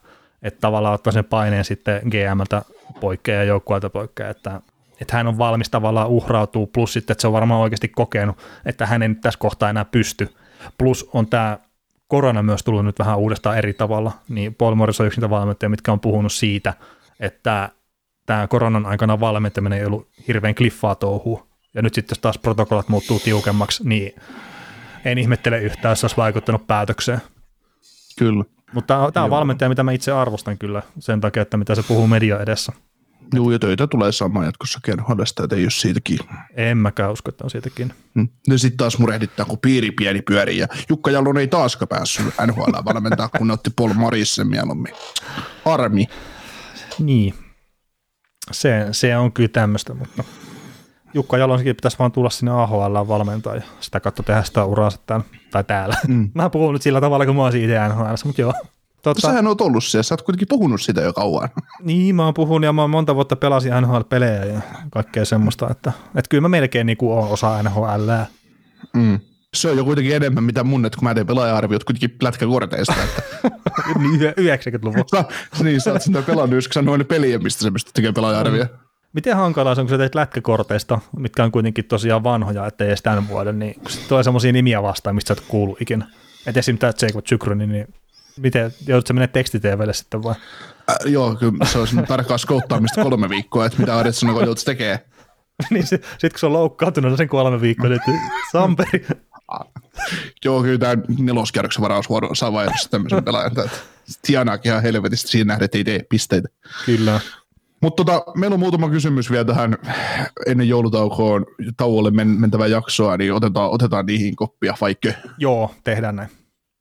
että tavallaan ottaa sen paineen sitten GM:ltä poikkea ja joukkueelta poikkea, että hän on valmis tavallaan uhrautuu, plus sitten, että se on varmaan oikeasti kokenut, että hän ei nyt tässä kohtaa enää pysty. Plus on tämä korona myös tullut nyt vähän uudestaan eri tavalla, niin Paul Morris on yksi niitä valmentajia, mitkä on puhunut siitä, että tämä koronan aikana valmentaminen ei ollut hirveän kliffaa touhua, ja nyt sitten jos taas protokollat muuttuu tiukemmaksi, niin en ihmettele yhtään, jos se olisi vaikuttanut päätökseen. Kyllä. Mutta tämä on valmentaja, mitä mä itse arvostan kyllä sen takia, että mitä se puhuu media edessä. Joo, ja töitä tulee saamaan jatkossakin NHL:stä, että ei ole siitäkin. En mäkään usko, että on siitäkin. Ja sitten taas murehdittaa, kun piiri pieni pyörii, ja Jukka Jalonen ei taaskaan päässyt NHL valmentaa, kun ne otti Paul Morrisen mieluummin. Harmi. Niin, se on kyllä tämmöistä, mutta Jukka Jalonenkin pitäisi vaan tulla sinne AHL valmentaa ja sitä kautta tehdä sitä uraansa täällä. Mä puhun nyt sillä tavalla, kun mä oon siitä NHL:ssä, mutta joo. Sähän oot ollut siellä, sä oot kuitenkin puhunut sitä jo kauan. Niin, mä oon puhunut ja mä oon monta vuotta pelasin NHL-pelejä ja kaikkea semmoista, että kyllä mä melkein niinku oon osa NHL:ää. Se on jo kuitenkin enemmän mitä mun, että kun mä teen pelaaja-arviot kuitenkin lätkäkorteista. Että niin 90-luvulla. Niin, sä oot sitä pelannut, jos sä noin peliä, mistä sä pystyt tekemään pelaaja-arvioja. Miten hankalaa se on, kun sä teet lätkäkorteista, mitkä on kuitenkin tosiaan vanhoja, ettei edes tämän vuoden, niin kun tulee semmoisia nimiä vastaan, mistä sä et kuulu ikinä. Et esim. Tämä Jacob Chychrun, niin miten, joudut sä mennä teksti-TVlle sitten vai? Joo, kyllä se olisi tarkkaa skouttaamista 3 viikkoa, että mitä Arjet sanoo, kun joutuisi tekemään. Niin sitten kun se on loukkaantunut sen 3 viikkoa, niin Samperi. Joo, kyllä tämä 4. varausvuoro saa vaihdossa tämmöisen pelaajan. Tienaakin ihan helvetistä siinä nähdä, että ei tee pisteitä. Kyllä. Mutta meillä on muutama kysymys vielä tähän ennen joulutauolle mentävää jaksoa, niin otetaan niihin koppia, vaikka. Joo, tehdään näin.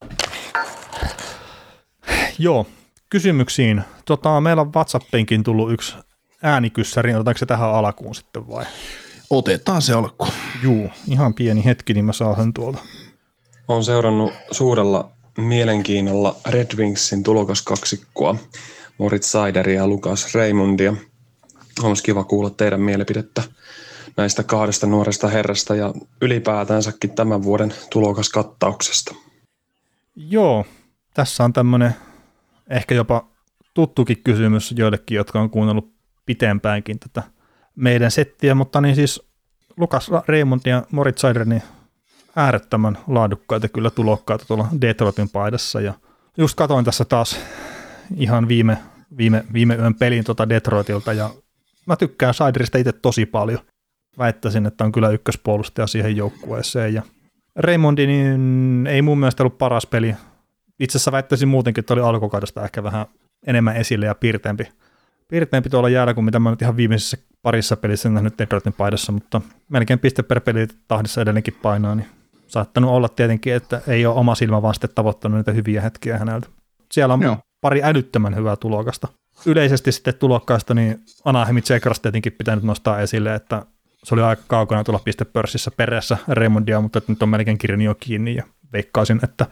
Joo, kysymyksiin. Meillä on WhatsAppiinkin tullut yksi äänikyssäri, otetaanko se tähän alkuun sitten vai? Otetaan se alkuun. Juu, ihan pieni hetki, niin mä saan sen tuolta. Olen seurannut suurella mielenkiinnolla Red Wingsin tulokaskaksikkoa, Moritz Seideria ja Lukas Raymondia. Olisi kiva kuulla teidän mielipidettä näistä 2 nuoresta herrasta ja ylipäätänsäkin tämän vuoden tulokaskattauksesta. Joo, tässä on tämmöinen ehkä jopa tuttukin kysymys joillekin, jotka on kuunnellut pitempäänkin tätä meidän settiä, mutta niin siis Lukas Raymond ja Moritz Seider, niin äärettömän laadukkaita kyllä tulokkaita tuolla Detroitin paidassa, ja just katoin tässä taas ihan viime yön pelin Detroitilta, ja mä tykkään Seideristä itse tosi paljon. Väittäisin, että on kyllä ykköspuolustaja siihen joukkueeseen, ja Raymondi niin ei mun mielestä ollut paras peli. Itse asiassa väittäisin muutenkin, että oli alkukaudesta ehkä vähän enemmän esille ja piirteempi tuolla jäällä kuin mitä mä nyt ihan viimeisessä parissa pelissä nähnyt Detroitin paidassa, mutta melkein piste per peli tahdissa edelleenkin painaa, niin saattanut olla tietenkin, että ei ole oma silmä vaan sitten tavoittanut niitä hyviä hetkiä häneltä. Siellä on pari älyttömän hyvää tulokasta. Yleisesti sitten tulokkaista, niin Anaheim Checkers tietenkin pitää nyt nostaa esille, että se oli aika kaukana tulla pistepörssissä perässä Raymondia, mutta nyt on melkein kirjani jo kiinni ja veikkaisin, että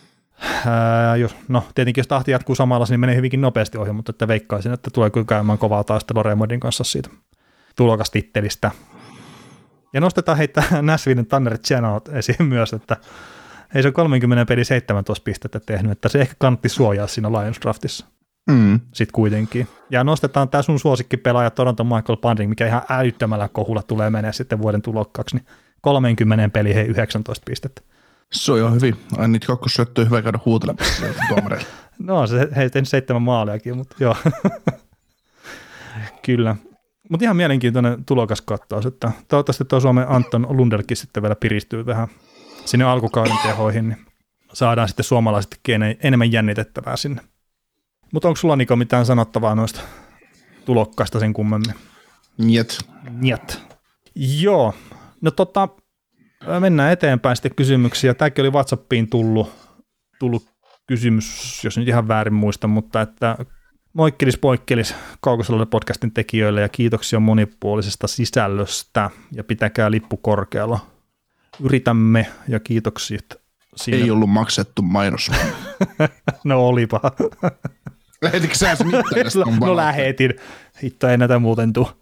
tietenkin jos tahti jatkuu samalla, niin menee hyvinkin nopeasti ohi, mutta että veikkaisin, että tulee kyllä käymään kovaa taistelua Raymondin kanssa siitä tulokastittelistä. Ja nostetaan heittää Nashvillen Tanner Chenot esiin myös, että ei se on 30 peli 17 pistettä tehnyt, että se ehkä kannatti suojaa siinä Lions draftissa. Sitten kuitenkin. Ja nostetaan tämä sun suosikkipelaaja Toronto Michael Pandring, mikä ihan älyttömällä kohulla tulee menee sitten vuoden tulokkaaksi, niin 30 peli 19 pistettä. Se on jo hyvin. Aina niitä kakkossyöttöjä hyvä käydä huutelemassa tuomareille. No, se heitin 7 maaliakin, mutta joo. Kyllä. Mutta ihan mielenkiintoinen tulokaskattaus, että toivottavasti tuo Suomen Anton Lundelkin sitten vielä piristyy vähän sinne alkukauden tehoihin, niin saadaan sitten suomalaisetkin enemmän jännitettävää sinne. Mutta onko sulla, Niko, mitään sanottavaa noista tulokkaista sen kummemmin? Niet. Joo. No mennään eteenpäin sitten kysymyksiä. Tämäkin oli WhatsAppiin tullut kysymys, jos nyt ihan väärin muista, mutta että moikkelis Kaukosella podcastin tekijöille ja kiitoksia monipuolisesta sisällöstä ja pitäkää lippu korkealla. Yritämme ja kiitoksia. Siinä. Ei ollut maksettu mainos. No olipa. Lähetitkö sä se mitään? No lähetin. Hitto ei näitä muuten tule.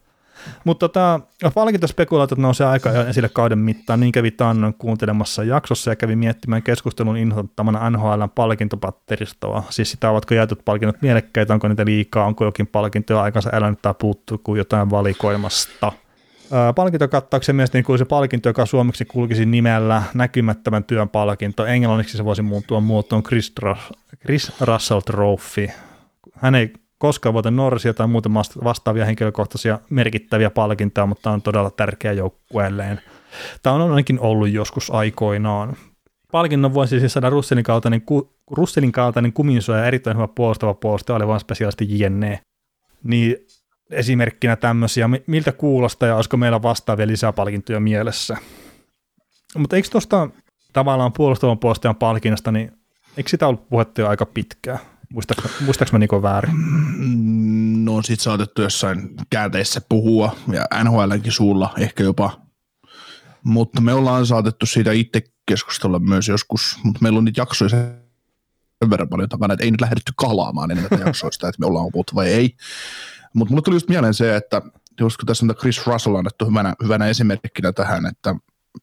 Mutta palkintospekulaatiot nousee aika esille kauden mittaan. Niin kävi taannoin kuuntelemassa jaksossa ja kävi miettimään keskustelun inhottamana NHL:n palkintopatteristoa. Siis sitä, ovatko jaetut palkinnot mielekkäitä, onko niitä liikaa, onko jokin palkinto jo aikansa elänyt tai puuttuu kuin jotain valikoimasta. Palkintokattauksen mielestäni niin se palkinto, joka suomeksi kulkisi nimellä näkymättömän työn palkinto. Englanniksi se voisi muuttua muotoon Chris Russell Trophy. Hän ei koskaan voita Norrisia tai muuten vastaavia henkilökohtaisia merkittäviä palkintoja, mutta on todella tärkeä joukkueelleen. Tämä on ainakin ollut joskus aikoinaan. Palkinnon voisi siis saada Russellin kaltainen kuminsuoja ja erittäin hyvä puolustava puolustaja, oli vain spesiaalisti jne. Niin esimerkkinä tämmöisiä, miltä kuulostaa ja olisiko meillä vastaavia lisäpalkintoja mielessä. Mutta eikö tuosta tavallaan puolustavan puolustajan palkinnasta, niin eikö sitä ollut puhetta jo aika pitkään? Muistaaks mä Niko väärin? No on sit saatettu jossain käänteissä puhua ja NHL:nkin suulla ehkä jopa, mutta me ollaan saatettu siitä itse keskustella myös joskus, mutta meillä on niitä jaksoja sen verran paljon takana, että ei nyt lähdetty kalaamaan enemmän jaksoista, että me ollaan puhuttu vai ei. Mutta mulle tuli just mieleen se, että just kun tässä on Chris Russell annettu hyvänä esimerkkinä tähän, että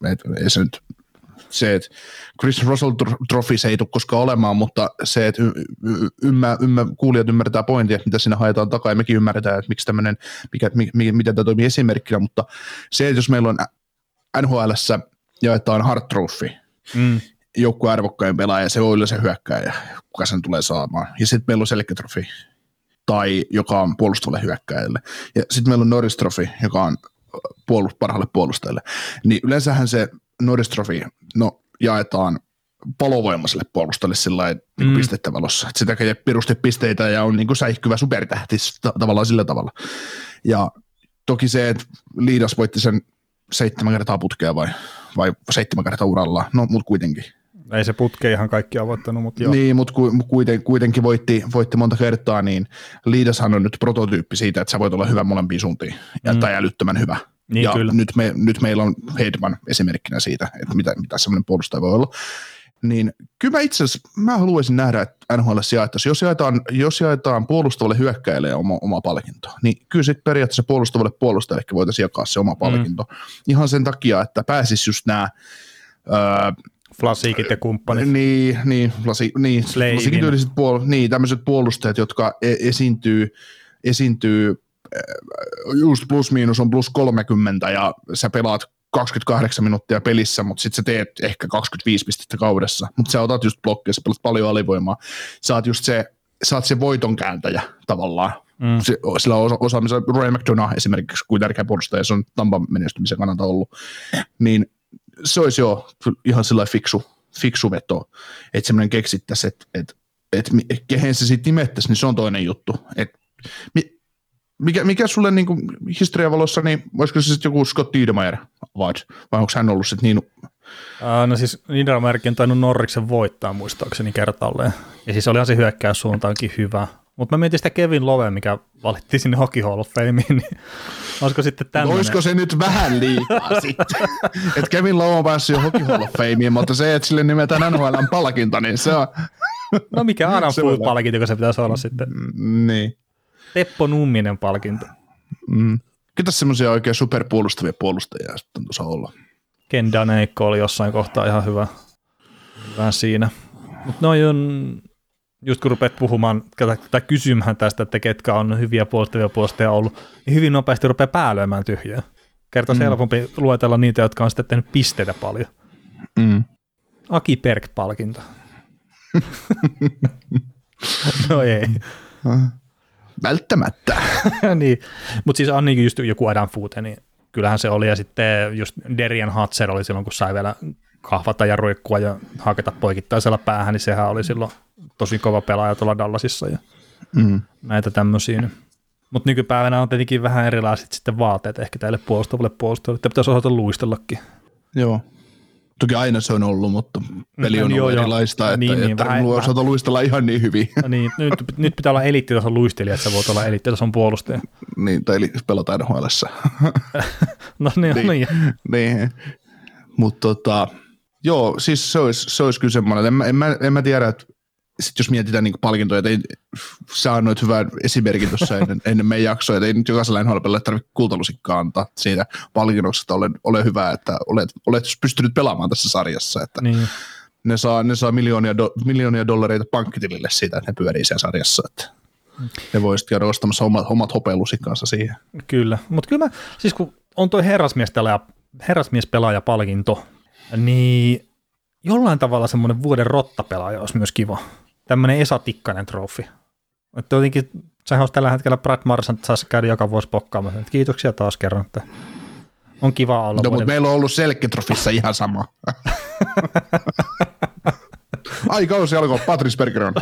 se, että Chris Russell Trophy se ei tule koskaan olemaan, mutta se, että kuulijat ymmärtää pointia, mitä siinä haetaan takaa, ja mekin ymmärretään, että miksi tämmöinen, miten tämä toimii esimerkkinä, mutta se, että jos meillä on NHL:ssä jaetaan Hart Trophy, joukkueen arvokkain pelaaja, se voi olla se hyökkääjä, kuka sen tulee saamaan, ja sitten meillä on Selke Trophy, tai joka on puolustavalle hyökkääjälle, ja sitten meillä on Norris Trophy, joka on parhaalle puolustajalle, niin yleensähän se Norris Trophy, jaetaan palovoimaiselle puolustajalle sillä niin pistettä valossa. Että sitä tekee perustepisteitä ja on niin kuin säihkyvä supertähti tavallaan sillä tavalla. Ja toki se, että Liidas voitti sen 7 kertaa putkea vai 7 kertaa uralla, no mutta kuitenkin. Ei se putke ihan kaikkia voittanut, mutta joo. Niin, mutta kuitenkin voitti monta kertaa, niin Liidashan on nyt prototyyppi siitä, että sä voit olla hyvä molempiin suuntiin tai älyttömän hyvä. Niin, ja kyllä. Nyt meillä on Hedman esimerkkinä siitä, että mitä semmoinen puolustaja voi olla. Niin kyllä mä haluaisin nähdä, että NHL:ssä jaettaisiin, jos jaetaan puolustavalle hyökkäjälle oma palkinto, niin kyllä sitten periaatteessa puolustavalle puolustajalle voitaisiin jakaa se oma palkinto. Ihan sen takia, että pääsisi just nämä Vlasikit ja kumppanit. Vlasikin tyyliset tämmöiset puolustajat, jotka esiintyy just plus-miinus on plus 30 ja sä pelaat 28 minuuttia pelissä, mutta sitten sä teet ehkä 25 pistettä kaudessa, mutta sä otat just blokkia, sä pelaat paljon alivoimaa, sä oot se voiton kääntäjä tavallaan. Sillä osaamisella Roy McDonough esimerkiksi, kuin tärkeä puolustaja, se on Tampan menestymisen kannalta ollut, niin se olisi jo ihan sellainen fiksu veto, että semmoinen keksittäisiin, että kehen se sitten nimettäisiin, niin se on toinen juttu. Mikä sulle niin kuin historiavalossa, niin voisiko se sitten joku Scott Niedermayer vai onko hän ollut sitten niin? No siis Niedermayerkin on tainnut Norriksen voittaa muistaakseni kertalleen. Ja siis olihan se hyökkäyssuuntaankin hyvä. Mutta mä mietin sitä Kevin Lovea, mikä valittiin sinne Hockey Hall of Fameen, niin olisiko sitten tämmöinen? Olisiko se nyt vähän liikaa sitten? Että Kevin Love on päässyt jo Hockey Hall of Fameen, mutta se, että sille nimetään NHL:n palkinto, niin se on... No mikä Adam Food-palkinto, kun se pitäisi olla sitten? Niin. Teppo Numminen palkinto. Kyllä tässä semmoisia oikein superpuolustavia puolustajia sitten tuossa olla. Ken Daneikko oli jossain kohtaa ihan hyvä siinä. Mutta noi on, just kun rupeat puhumaan tai kysymään tästä, että ketkä on hyviä puolustavia puolustajia ollut, niin hyvin nopeasti rupeaa päälöimään tyhjää. Kertaisi helpompi luetella niitä, jotka on sitten tehnyt pisteitä paljon. Aki Perk-palkinto. No ei. Välttämättä. Niin, mutta siis Annikin just joku Adam Foote, niin kyllähän se oli, ja sitten just Derian Hatcher oli silloin, kun sai vielä kahvata ja roikkua ja haketa poikittaisella päähän, niin sehän oli silloin tosi kova pelaaja tuolla Dallasissa ja näitä tämmöisiä. Mutta nykypäivänä on tietenkin vähän erilaiset sitten vaateet ehkä tälle puolustavalle puolustajalle, että pitäisi osata luistellakin. Joo. Toki aina se on ollut, mutta peli on ollut erilaista, että osata luistella ihan niin hyvin. No niin, nyt pitää olla eliittitason luistelija, että sä voit olla eliittitason puolustaja. Niin, tai pelata NHL:ssä. No niin. Niin. Mutta joo, siis se olisi kyllä semmoinen, en mä tiedä, että sitten jos mietitään niin palkintoja, että sä annoit hyvän esimerkin tuossa ennen meidän jaksoa, että ei nyt jokaisella NHL-pelille tarvitse kultalusikkaa antaa siitä palkinnoksi, että ole hyvä, että olet pystynyt pelaamaan tässä sarjassa. Että niin. Ne saa miljoonia dollareita pankkitilille siitä, että ne pyörii siellä sarjassa. Että ne voisit käydä ostamassa omat hopealusikkaansa siihen. Kyllä, mutta kyllä siis kun on tuo herrasmiespelaaja-palkinto, niin jollain tavalla semmoinen vuoden rottapelaaja olisi myös kiva. Tämmöinen Esa Tikkanen trofi. Että jotenkin, sehän olisi tällä hetkellä Brad Marchand, että saisi käydä joka vuosi pokkaamassa. Kiitoksia taas kerran, että on kiva olla. No, mutta meillä on ollut Selke-trofissa ihan sama. Ai, kausi alkoi, Patrice Bergeron.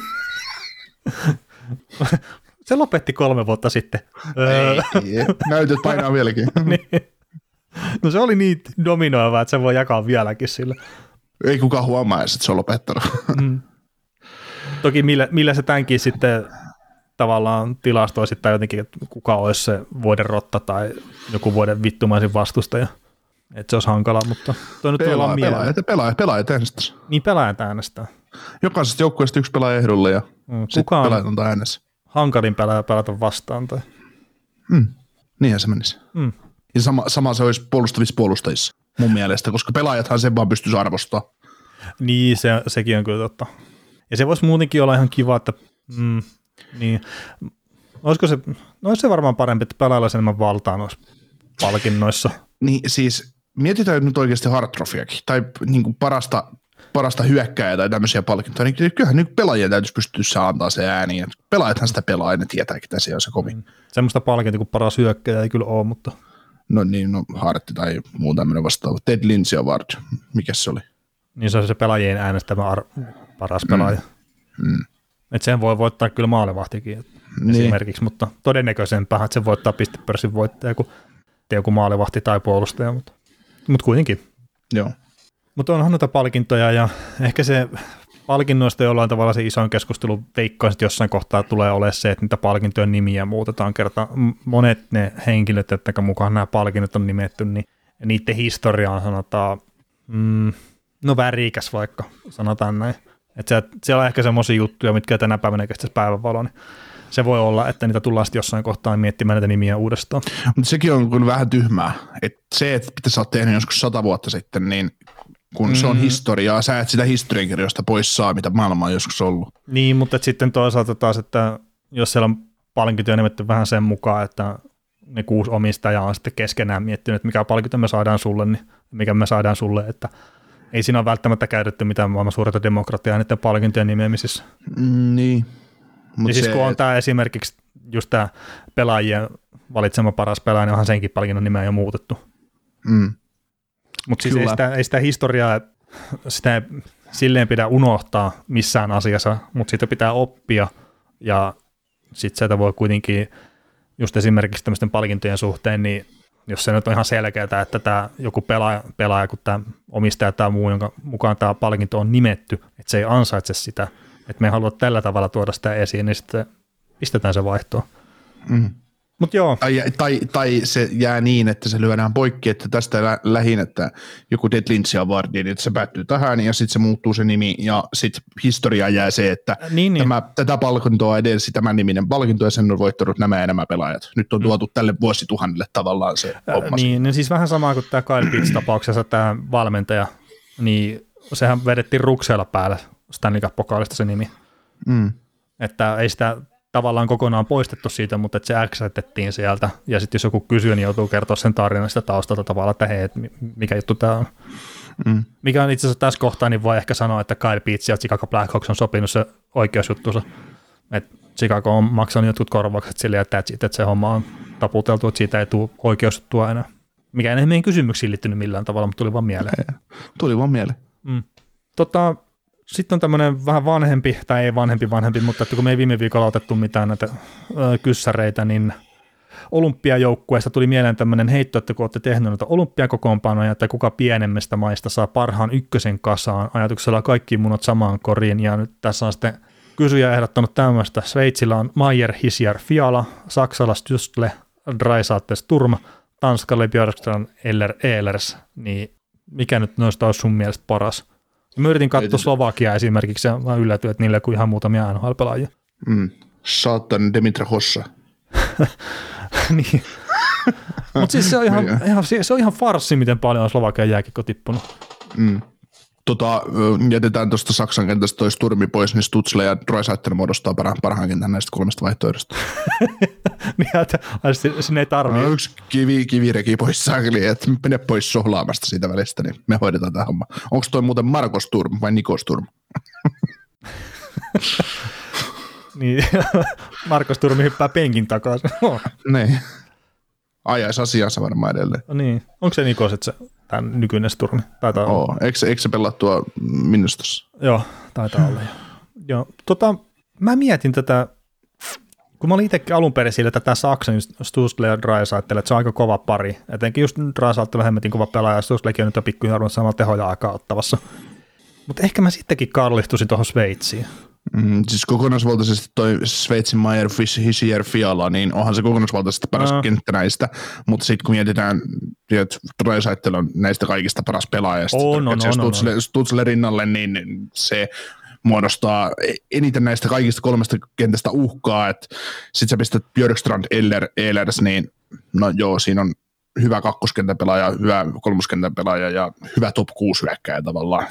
Se lopetti 3 vuotta sitten. Ei, näytöt painaa vieläkin. Niin. No se oli niin dominoiva, että se voi jakaa vieläkin sillä. Ei kukaan huomaa edes, että se on lopettanut. Toki millä se tämänkin sitten tavallaan tilastoisi tai jotenkin, että kuka olisi se vuoden rotta tai joku vuoden vittumaisin vastustaja. Että se olisi hankala, mutta toi nyt tulee vaan mieleen. Pelaajat äänestää. Niin pelaajat äänestää. Jokaisesta joukkueesta yksi pelaaja ehdolle ja sitten pelaajat antaa äänessä. Hankalin pelata vastaan. Tai. Niinhän se menisi. Ja sama se olisi puolustavissa puolustajissa mun mielestä, koska pelaajathan sen vaan pystyisi arvostamaan. Niin, sekin on kyllä totta. Ja se voisi muutenkin olla ihan kiva, että niin, olisi se varmaan parempi, että pelaajalla olisi enemmän valtaa noissa palkinnoissa. Niin siis mietitään nyt oikeasti Hart Trophyäkin, tai niin kuin parasta hyökkääjää tai tämmöisiä palkintoja, niin kyllähän nyt pelaajien täytyisi pystyä antaa se ääni. Pelaajathan sitä pelaa ja ne tietää, ketä se on se kovin. Semmoista palkintoa kuin paras hyökkääjä ei kyllä ole, mutta... No niin, Hartti tai muu tämmöinen vastaava. Ted Lindsay Award, mikä se oli? Niin se on se pelaajien äänestämä paras pelaaja. Että sen voi voittaa kyllä maalivahtikin esimerkiksi, mutta todennäköisempää, että se voittaa pistepörssin voittaja kuin joku maalivahti tai puolustaja, mutta kuitenkin. Joo. Mutta onhan noita palkintoja ja ehkä se palkinnoista jollain tavalla se isoin keskustelu veikkaiset jossain kohtaa tulee olemaan se, että niitä palkintojen nimiä muutetaan kertaa. Monet ne henkilöt, jotka mukaan nämä palkinnot on nimetty, niin niiden historiaan sanotaan, värikäs vaikka, sanotaan näin. Että siellä on ehkä semmoisia juttuja, mitkä tänä päivänä kestäisi päivänvaloa, niin se voi olla, että niitä tullaan sitten jossain kohtaa miettimään näitä nimiä uudestaan. Mutta sekin on kyllä vähän tyhmää, että se, että mitä sä oot tehnyt joskus 100 vuotta sitten, niin kun se on historiaa, sä et sitä historiankirjoista pois saa, mitä maailma on joskus ollut. Niin, mutta sitten toisaalta taas, että jos siellä on palkintoja nimetty vähän sen mukaan, että ne 6 omistajaa on sitten keskenään miettinyt, että mikä palkinto me saadaan sulle, niin mikä me saadaan sulle, että ei siinä ole välttämättä käytetty mitään maailman suurta demokratiaa niiden palkintojen nimeämisissä. Niin. Ja siis kun on tämä esimerkiksi just tämä pelaajien valitsema paras pelaaja, niin onhan senkin palkinnon nimeä jo muutettu. Mutta siis ei sitä historiaa, sitä ei silleen pidä unohtaa missään asiassa, mutta siitä pitää oppia ja sitten sieltä voi kuitenkin just esimerkiksi tämmöisten palkintojen suhteen, niin jos se nyt on ihan selkeää, että tämä joku pelaaja kun tämä omistaja tai muu, jonka mukaan tämä palkinto on nimetty, että se ei ansaitse sitä, että me ei halua tällä tavalla tuoda sitä esiin, niin sitten pistetään se vaihtoon. Mut joo. Tai se jää niin, että se lyödään poikki, että tästä lähin, että joku Ted Lindsay Award, niin että se päättyy tähän ja sitten se muuttuu se nimi ja sitten historiaan jää se, että tätä palkintoa edelsi tämän niminen palkinto ja sen on voittanut nämä ja nämä pelaajat. Nyt on tuotu tälle vuosituhannelle tavallaan se homma. Niin siis vähän samaa kuin tämä Kyle Pitts-tapauksessa tämä valmentaja, niin sehän vedettiin rukseella päälle Stanley Cup-pokaalista se nimi. Että ei sitä tavallaan kokonaan poistettu siitä, mutta että se acceptettiin sieltä, ja sitten jos joku kysyy, niin joutuu kertoa sen tarinan sitä taustalta tavalla, että hei, mikä juttu tämä on. Mikä on itse asiassa tässä kohtaa, niin voi ehkä sanoa, että Kyle Pitts ja Chicago Blackhawks on sopinut se oikeusjuttuunsa, että Chicago on maksanut jotkut korvaukset silleen, että se homma on taputeltu, että siitä ei tule oikeusjuttua enää. Mikä ei meidän kysymyksiin liittynyt millään tavalla, mutta tuli vaan mieleen. Tuli vaan mieleen. Sitten on tämmöinen vähän vanhempi, tai ei vanhempi, mutta että kun me ei viime viikolla otettu mitään näitä kyssäreitä, niin olympiajoukkueesta tuli mieleen tämmöinen heitto, että kun olette tehneet noita olympiakokoonpanoja, että kuka pienemmistä maista saa parhaan ykkösen kasaan, ajatuksella kaikki munat samaan koriin, ja nyt tässä on sitten kysyjä ehdottanut tämmöistä. Sveitsillä on Maier, Hischier, Fiala, Saksalla Stüstle, Dreisaitl, Sturm, Tanskalle Björkstrand, Eller, Ehlers, niin mikä nyt noista olisi sun mielestä paras? Mä yritin katsoa Slovakiaa esimerkiksi, ja mä yllätyin, että niillä kuin ihan muutamia NHL-pelaajia. Saatan Dimitra Hossa. Niin. Mutta siis se on ihan farssi, miten paljon on Slovakian jääkiekko tippunut. Jätetään tuosta Saksan kentästä toi Sturmi pois, niin Stutzle ja Draisaitl muodostaa parhaan kentän näistä 3 vaihtoehdosta. Niin, että sinne ei tarvitse. No, yksi kivireki pois saakeli, että mene pois sohlaamasta siitä välistä, niin me hoidetaan tämä homma. Onko toi muuten Marko Sturm vai Niko Sturm? Niin, Marko Sturmi hyppää penkin takaisin. Niin. Ajaisi asiansa varmaan edelleen. No niin. Onko se Nikos, että se tämän nykyinen Sturmi? Taitaa olla. Eikö se pelattua Minnesotassa? Joo, taitaa olla. Joo. Mä mietin tätä, kun mä olin itsekin alun perin sillä tätä Saksan Stutzle ja Draisaitl, että se on aika kova pari. Etenkin just Draisaitl on hemmetin kova pelaaja, ja Stutzlekin on nyt jo pikkuhiljaa ruvennut samalla tehoja aikaa ottavassa. Mutta ehkä mä sittenkin kallistusin tuohon Sveitsiin. Siis kokonaisvaltaisesti toi Sveitsin Maier, Hischier, Fiala, niin onhan se kokonaisvaltaisesti paras kenttä näistä, mutta sitten kun mietitään, että Draisaitl on näistä kaikista paras pelaaja, Stutzle rinnalle, niin se muodostaa eniten näistä kaikista 3 kentästä uhkaa, että sit sä pistät Björkstrand, Ehlers, niin no joo, siinä on hyvä kakkoskentän pelaaja, hyvä kolmoskentän pelaaja ja hyvä top 6 hyökkääjä tavallaan.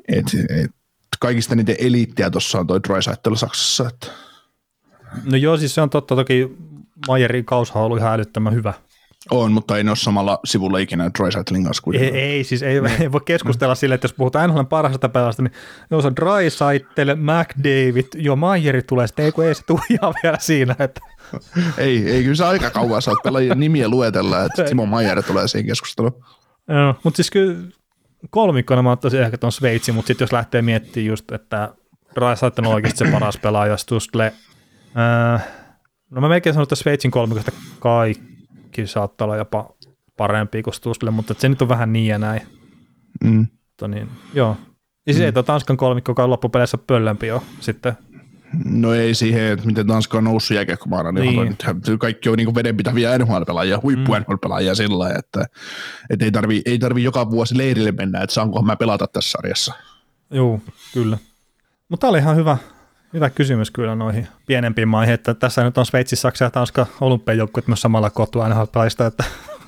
Kaikista niiden eliittiä tuossa on toi Draisaitl Saksassa. Että. No joo, siis se on totta. Toki Maierin kausha on ollut ihan älyttömän hyvä. On, mutta ei ne ole samalla sivulla ikinä Draisaitlin kanssa. Ei voi keskustella sille, että jos puhutaan NHL:n parhaasta pelasta, niin jos on Draisaitl, McDavid, jo Maieri tulee, sitten ei se tule ihan vielä siinä. Että. Ei, kyllä se aika kauan saat pelaajien nimiä luetella, että Timo Maier tulee siihen keskusteluun. Joo, mutta siis kyllä kolmikkona mä ottaisin ehkä tuon Sveitsin, mutta sitten jos lähtee miettimään just, että Draisaitl on oikeasti se paras pelaaja, Stutzle, no mä melkein sanon, että Sveitsin kolmikosta kaikki saattaa olla jopa parempi kuin Stutzle, mutta se nyt on vähän niin ja näin. Niin, joo. Ja siis ei tuo Tanskan kolmikko, joka on loppupeleissä pöllempi jo sitten. No ei siihen, että miten Tanska on noussut jääkiekkomaana, niin kaikki on niin vedenpitäviä NHL-pelaajia, huippu NHL-pelaajia sillä lailla, että ei tarvii joka vuosi leirille mennä, että saankohan mä pelata tässä sarjassa. Joo, kyllä. Mutta tämä oli ihan hyvä kysymys kyllä noihin pienempiin maihin, että tässä nyt on Sveitsi, Saksa ja Tanska olympiajoukkueet myös samalla kotua NHL-pelaajista, että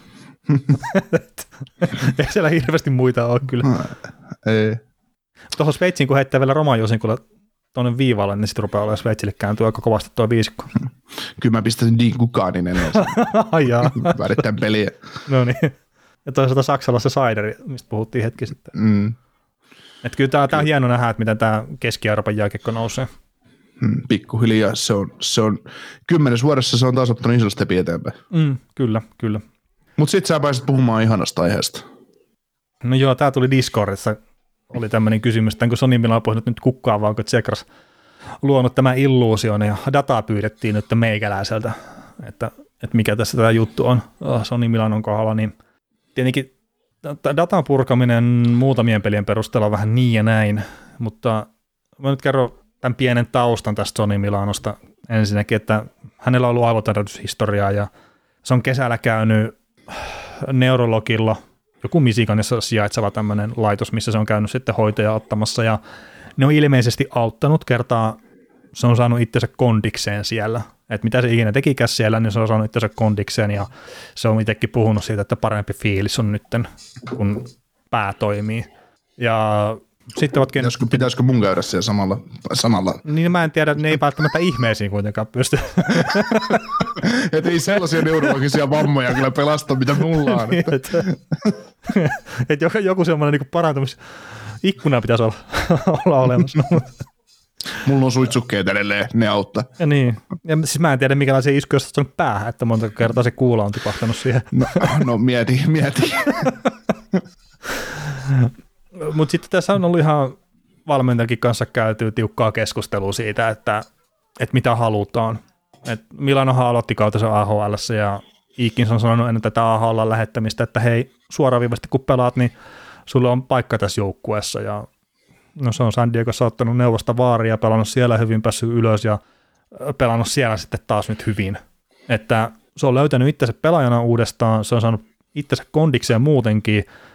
ei siellä hirveästi muita ole kyllä. Ei. Tuohon Sveitsiin, kun heittää vielä Roman Josinkulla tuonne viivalle, niin sitten rupeaa olemaan Sveitsille kääntyä aika kovasti tuo viisikko. Kyllä mä pistäisin Dean Gukanin ennen värittään peliä. No niin. Ja toisaalta Saksalla se Seideri, mistä puhuttiin hetki sitten. Että kyllä tämä on hieno nähdä, että miten tämä Keski-Euroopan jääkiekko nousee. Pikkuhiljaa. Se on 10 vuodessa se on taas ottanut isolla stepi eteenpäin. Kyllä. Mutta sitten sä pääsit puhumaan ihanasta aiheesta. No joo, tämä tuli Discordissa. Oli tämmöinen kysymys, että kun Sony Milan on puhunut nyt kukkaan, vaan onko Tsekras luonut tämän illuusion, ja dataa pyydettiin nyt meikäläiseltä, että mikä tässä tämä juttu on Sony Milanon kohdalla, niin tietenkin datan purkaminen muutamien pelien perusteella on vähän niin ja näin, mutta mä nyt kerron tämän pienen taustan tästä Sony Milanosta ensinnäkin, että hänellä on ollut aivotärähdyshistoriaa, ja se on kesällä käynyt neurologilla, joku Michiganissa sijaitseva tämmöinen laitos, missä se on käynyt sitten hoitaja ottamassa, ja ne on ilmeisesti auttanut kertaa, se on saanut itsensä kondikseen siellä, että mitä se ikinä tekikään siellä, niin se on saanut itsensä kondikseen, ja se on itsekin puhunut siitä, että parempi fiilis on nytten, kun pää toimii, ja sitten ovatkin. Pitäisikö mun käydä siellä samalla? Niin mä en tiedä, ne ei välttämättä ihmeisiin kuitenkaan pysty. Että ei sellaisia neurologisia vammoja kyllä pelasta, mitä mulla on. Että joku semmoinen niin parantumisikkuna pitäisi olla olemassa. Mulla on suitsukkeet edelleen, ne auttaa. Ja niin. Ja siis mä en tiedä, mikälaisia iskuja on päähän, että monta kertaa se kuula on tipahtanut siihen. No mieti. Mutta sitten tässä on ollut ihan valmentajakin kanssa käyty tiukkaa keskustelua siitä, että mitä halutaan. Et Milanohan aloitti kautensa AHL:ssä ja Eakins on sanonut ennen tätä AHL:n lähettämistä, että hei, suoraviivasti kun pelaat, niin sulla on paikka tässä joukkueessa. Ja no se on San Diegossa ottanut neuvosta vaaria, pelannut siellä hyvin, päässyt ylös ja pelannut siellä sitten taas nyt hyvin. Että se on löytänyt itsensä pelaajana uudestaan, se on saanut itsensä kondikseen muutenkin.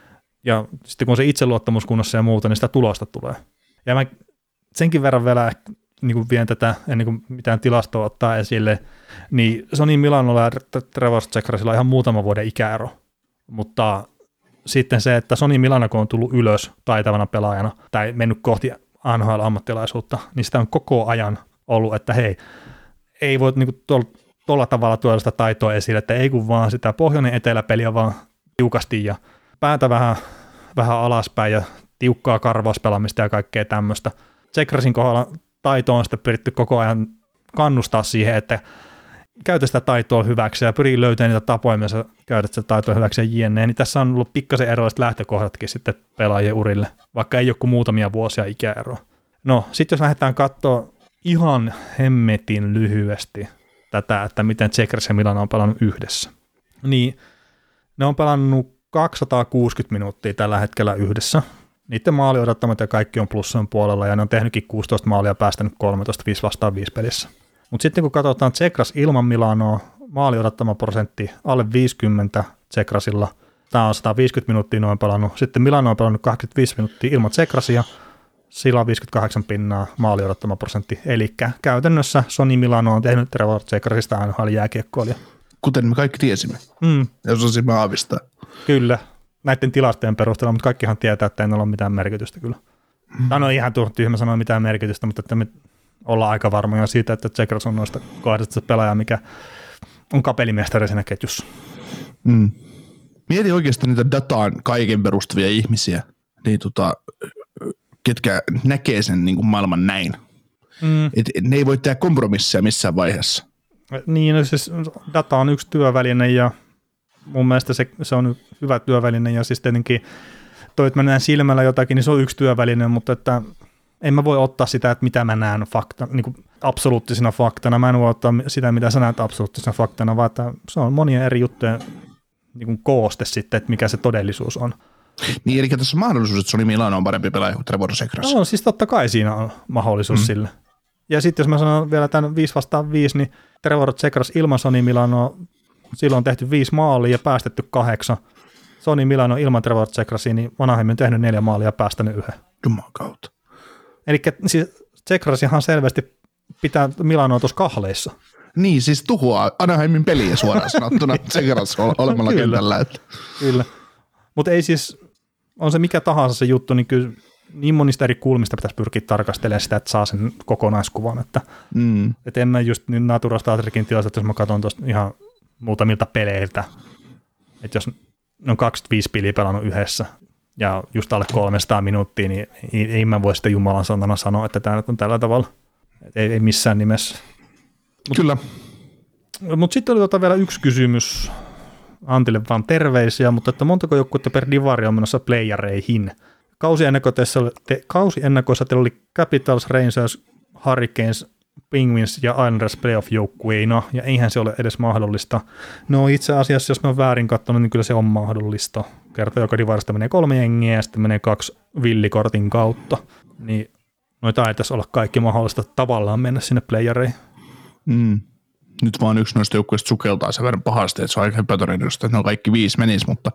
Ja sitten kun on se itseluottamus kunnossa ja muuta, niin sitä tulosta tulee. Ja mä senkin verran vielä niin kuin vien tätä, ennen kuin mitään tilastoa ottaa esille, niin Sony Milanolla ja Trevor Zegrasilla on ihan muutama vuoden ikäero. Mutta sitten se, että Sony Milano, kun on tullut ylös taitavana pelaajana tai mennyt kohti NHL-ammattilaisuutta, niin sitä on koko ajan ollut, että hei, ei voi niin tuolla tavalla tuoda sitä taitoa esille, että ei kun vaan sitä pohjoinen eteläpeliä vaan tiukasti ja päätä vähän alaspäin ja tiukkaa karvauspelaamista ja kaikkea tämmöistä. Zegrasin kohdalla taito on sitten pyritty koko ajan kannustaa siihen, että käytä sitä taitoa hyväksi ja pyri löytämään niitä tapoja, missä käytät sitä taitoa hyväksi ja jne. Niin tässä on ollut pikkasen erilaiset lähtökohdatkin sitten pelaajien urille, vaikka ei ole kuin muutamia vuosia ikäeroa. No, sitten jos lähdetään katsoa ihan hemmetin lyhyesti tätä, että miten Zegras ja Milano on pelannut yhdessä, niin ne on pelannut 260 minuuttia tällä hetkellä yhdessä. Niiden maali odottamat ja kaikki on plussan puolella, ja ne on tehnytkin 16 maalia ja päästänyt 13 5-5 pelissä. Mutta sitten kun katsotaan Zegras ilman Milanoa, maali odottama prosentti alle 50 Zegrasilla. Tämä on 150 minuuttia noin pelannut. Sitten Milano on pelannut 85 minuuttia ilman Zegrasia, sillä on 58 pinnaa maali odottama prosentti. Eli käytännössä Sony Milano on tehnyt Trevor Zegrasista NHL-jääkiekkoilija. Kuten me kaikki tiesimme, jos osasimme aavistaa. Kyllä, näiden tilastojen perusteella, mutta kaikkihan tietää, että ei ole mitään merkitystä kyllä. Tämä on ihan tyhmä sanoa mitään merkitystä, mutta että me ollaan aika varmoja siitä, että Zegras on noista kohdasta pelaaja, mikä on kapelimestari siinä ketjussa. Mieti oikeasti niitä dataan kaiken perustavia ihmisiä, niin ketkä näkee sen niin kuin maailman näin. Et ne ei voi tehdä kompromisseja missään vaiheessa. Niin, no siis data on yksi työväline ja mun mielestä se on hyvä työväline ja siis tietenkin toi, että mä näen silmällä jotakin, niin se on yksi työväline, mutta että en mä voi ottaa sitä, että mitä mä näen niin kuin absoluuttisena faktana. Mä en voi ottaa sitä, mitä sä näet absoluuttisena faktana, vaan että se on monia eri juttuja niin kuin kooste sitten, että mikä se todellisuus on. Niin, eli tässä on mahdollisuus, että Sony Milano on parempi pelaaja kuin Trevor Zegras. No, siis totta kai siinä on mahdollisuus sille. Ja sitten jos mä sanon vielä tämän 5-5, niin Trevor Zegras ilman Sony Milanoa, silloin on tehty 5 maalia ja päästetty 8. Sony Milano ilman Trevor Zegrasia, niin Anaheim on tehnyt 4 maalia ja päästänyt 1. Juman kautta. Eli siis Zegrasihan selvästi pitää Milanoa tuossa kahleissa. Niin, siis tuhoaa Anaheimin peliä suoraan sanottuna Zegras olemalla kentällä. Kyllä. Mutta ei siis, on se mikä tahansa se juttu, niin kyllä niin monista eri kulmista pitäisi pyrkiä tarkastelemaan sitä, että saa sen kokonaiskuvan. Että en mä just nyt Natura Statrikin tilasta, että jos mä katson tuosta ihan muutamilta peleiltä, että jos ne on 25 peliä pelannut yhdessä ja just alle 300 minuuttia, niin ei mä voi sitä Jumalan sanana sanoa, että tämä on tällä tavalla. Ei missään nimessä. Kyllä. Mutta sitten oli vielä yksi kysymys. Antille vaan terveisiä, mutta että montako joukkuetta per divari on menossa playereihin? Kausiennakoissa teillä oli Capitals, Rangers, Hurricanes, Penguins ja Islanders playoff-joukkueina, ja eihän se ole edes mahdollista. No itse asiassa, jos mä oon väärin katsonut, niin kyllä se on mahdollista. Kerta joka divarista menee 3 jengiä ja sitten menee 2 villikortin kautta. Niin noita ei tässä olla kaikki mahdollista tavallaan mennä sinne playereihin. Nyt vaan yksi noista joukkueista sukeltaa sen verran pahasti, että se on aika epätodennäköistä, että ne on kaikki 5 menis, mutta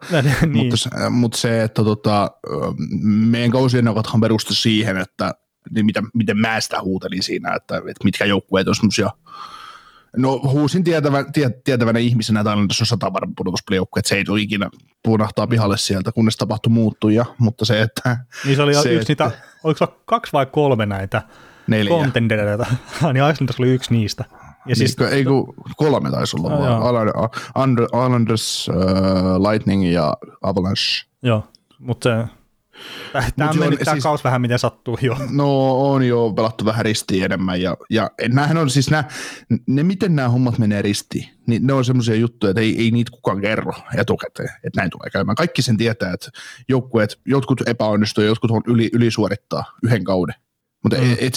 se, että meidän kausiennakothan perustui siihen, että niin miten mä sitä huutelin siinä, että mitkä joukkueet on semmoisia, no huusin tietävänä ihmisenä, että aina tässä on 100 varma pudotusplay-joukkue, että se ei tule ikinä punahtaa pihalle sieltä, kunnes tapahtui muuttuja, mutta se, että... Niin se oli yksi niitä, oliko se 2 vai 3 näitä 4 contendereita, niin Islanders oli yksi niistä. Ja siis, ei kun 3 taisi olla vaan, Islanders, Lightning ja Avalanche. Joo, mutta se... Tämä on mennyt tämä kaus vähän miten sattuu jo. No on jo pelattu vähän ristiin enemmän ja näähän on siis ne miten nämä hommat menee ristiin, niin ne on semmoisia juttuja, että ei niitä kukaan kerro etukäteen, että näin tulee käymään. Kaikki sen tietää, että joukkueet, jotkut epäonnistuu ja jotkut on ylisuorittaa yhden kauden, mutta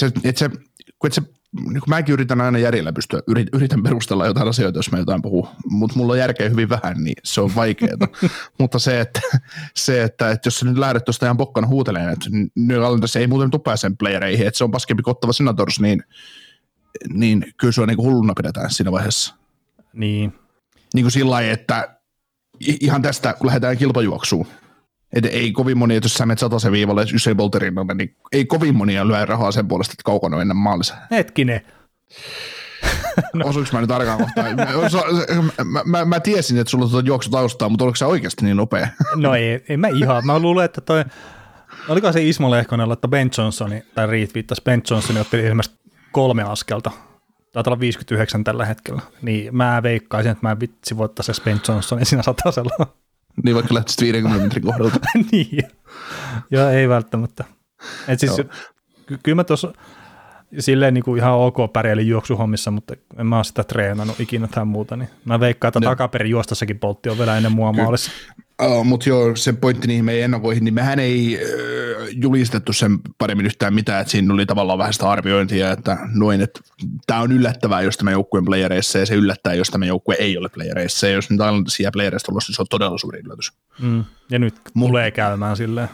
niin kun mäkin yritän aina järjellä pystyä, yritän perustella jotain asioita, jos mä jotain puhun, mutta mulla on järkeä hyvin vähän, niin se on vaikeaa. Mutta se, että jos sä nyt lähdet tuosta ihan pokkana huutelemaan, että New Islanders ei muuten tule pääseen playereihin, että se on paskempi Ottawa Senators, niin kyllä sua niin kuin hulluna pidetään siinä vaiheessa. Niin. Niin kuin sillä lailla, että ihan tästä, kun lähdetään kilpajuoksuun, Ei kovin moni, jos sä menet 100 viivalle Usain Boltin rinnalle, niin ei kovin monia lyö rahaa sen puolesta, että kaukana ennen maalissa. Hetkinen. No. Osuinko mä nyt tarkkaan kohtaan? Mä tiesin, että sulla on juoksutaustaa, mutta oliko se oikeasti niin nopea? No ei mä ihan. Mä luulen, että oliko se Ismo Lehkonen, että Ben Johnsoni, tai Reed viittasi Ben Johnsoni, otti ilmeisesti 3 askelta. Taitaa olla 59 tällä hetkellä. Niin mä veikkaisin, että mä vitsi voittaisi Ben Johnsonin siinä 100-sella. Niin vaikka lähtisit 50 metrin kohdalta. Niin. Joo, ei välttämättä. Et siis, kyllä mä tuossa silleen niin kuin ihan ok pärjäilin juoksuhommissa, mutta en mä ole sitä treenannut ikinä tai muuta. Niin mä veikkaan, että takaperin juostassakin Boltti on vielä ennen mua maalissa. Mutta joo, se pointti niihin meidän ennakoihin, niin mehän ei julistettu sen paremmin yhtään mitään, että siinä oli tavallaan vähän sitä arviointia, että noin, että tämä on yllättävää, jos tämä joukkueen playereissa, ja se yllättää, jos tämä joukkue ei ole playereissa, ja jos nyt Islandersia playereista tulossa, niin se on todella suuri yllätys. Ja nyt tulee käymään silleen.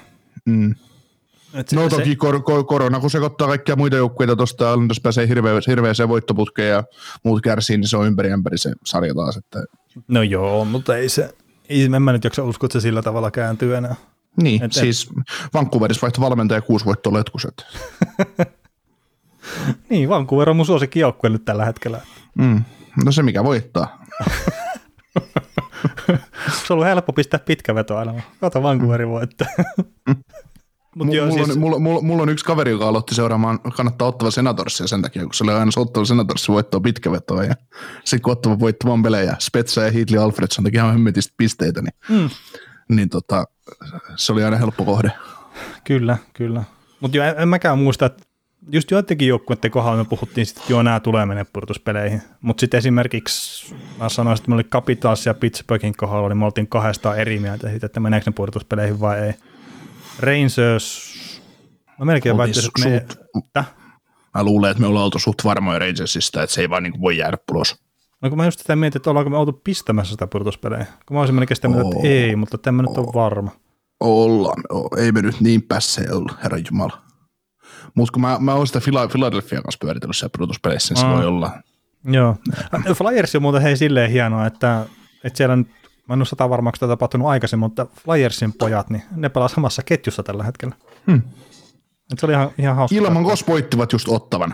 Toki korona, kun sekoittaa kaikkia muita joukkueita tuosta, Islanders pääsee hirveäseen voittoputkeen ja muut kärsii, niin se on ympäri se sarja taas. Että... No joo, mutta en mä nyt jaksa uskoa, että se sillä tavalla kääntyy enää. Niin, siis Vancouverissa vaihto valmentaja 6 voittoa letkuset. Niin, Vancouver on mun suosikki joukkue nyt tällä hetkellä. No se mikä voittaa. Se on ollut helppo pistää pitkä veto aina. Kato Vancouverin voittaa. Mulla on yksi kaveri, joka aloitti seuraamaan kannattaa Ottava Senatorsia sen takia, kun se oli aina Ottava Senatorsia voittoa pitkä vetoa ja sitten kun Ottava voittamaan pelejä, Spezza ja Heatley Alfredson teki ihan hemmetistä pisteitä, niin se oli aina helppo kohde. Kyllä. Mutta en mäkään muista, että just joidenkin joukkueiden kohdalla me puhuttiin sitten, että nämä tulee mennä pudotuspeleihin, mutta sitten esimerkiksi mä sanoin, että me oli Capitals ja Pittsburghin kohdalla, niin me oltiin 2 eri mieltä siitä, että meneekö ne pudotuspeleihin vai ei. Rangers, mä melkein väittäisin, että Mä luulen, että me ollaan oltu suht varmoja Rangersista, että se ei vaan niin voi jäädä pulos. No kun mä just sitä mietin, että ollaanko me oltu pistämässä sitä pudotuspelejä. Kun mä olisin melkein sitä mieltä, että ei, mutta tämä nyt on varma. Ollaan, ei me nyt niin pässejä ollut, herran jumala. Mutta kun mä oon sitä Philadelphia kanssa pyöritellyt siellä pudotuspeleissä, niin se voi olla. Joo. Flyers on muuten silleen hienoa, että siellä nyt, mä en ole 100 varma, onko tämä tapahtunut aikaisemmin, mutta Flyersin pojat, niin ne pelaa samassa ketjussa tällä hetkellä. Se oli ihan hauska. Ilman Kos voittivat just Ottavan.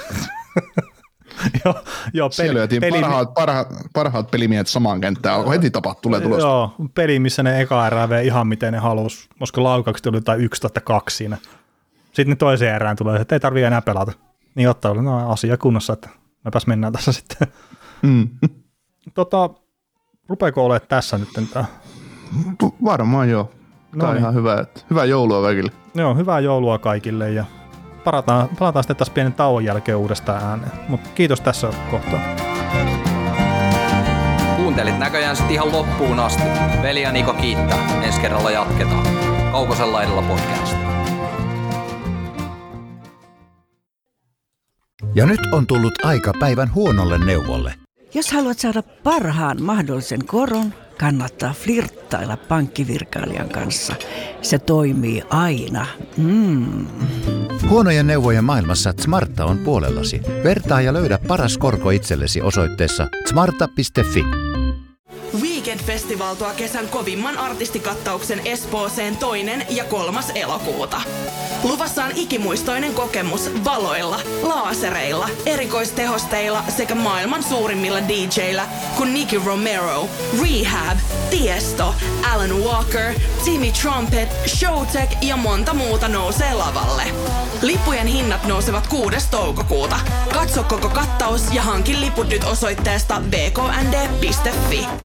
Joo, siellä löytiin parhaat pelimiehet samaan kenttään. Heti tulee tulosta. Joo, peli, missä ne eka erää vei ihan miten ne halusi. Koska laukaukset oli jotain 11-2 siinä. Sitten ne toiseen erään tulee, että ei tarvitse enää pelata. Niin ottaa asia kunnossa, että mepäs mennään tässä sitten. Rupeeko olemaan tässä nyt? Varmaan joo. Tämä on ihan hyvää joulua kaikille. Joo, hyvää joulua kaikille ja palataan sitten taas pienen tauon jälkeen uudestaan ääneen. Mutta kiitos tässä kohtaa. Kuuntelit näköjään sitten ihan loppuun asti. Veli ja Niko kiittää. Ensi kerralla jatketaan. Kaukosen laidalla podcast. Ja nyt on tullut aika päivän huonolle neuvolle. Jos haluat saada parhaan mahdollisen koron, kannattaa flirttailla pankkivirkailijan kanssa. Se toimii aina. Huonojen neuvojen maailmassa Smarta on puolellasi. Vertaa ja löydä paras korko itsellesi osoitteessa smarta.fi. Weekend Festival tuo kesän kovimman artistikattauksen Espooseen 2. ja 3. elokuuta. Luvassa on ikimuistoinen kokemus valoilla, laasereilla, erikoistehosteilla sekä maailman suurimmilla DJillä kuin Nicky Romero, Rehab, Tiesto, Alan Walker, Timmy Trumpet, Showtek ja monta muuta nousee lavalle. Lippujen hinnat nousevat 6. toukokuuta. Katso koko kattaus ja hankin liput nyt osoitteesta wknd.fi.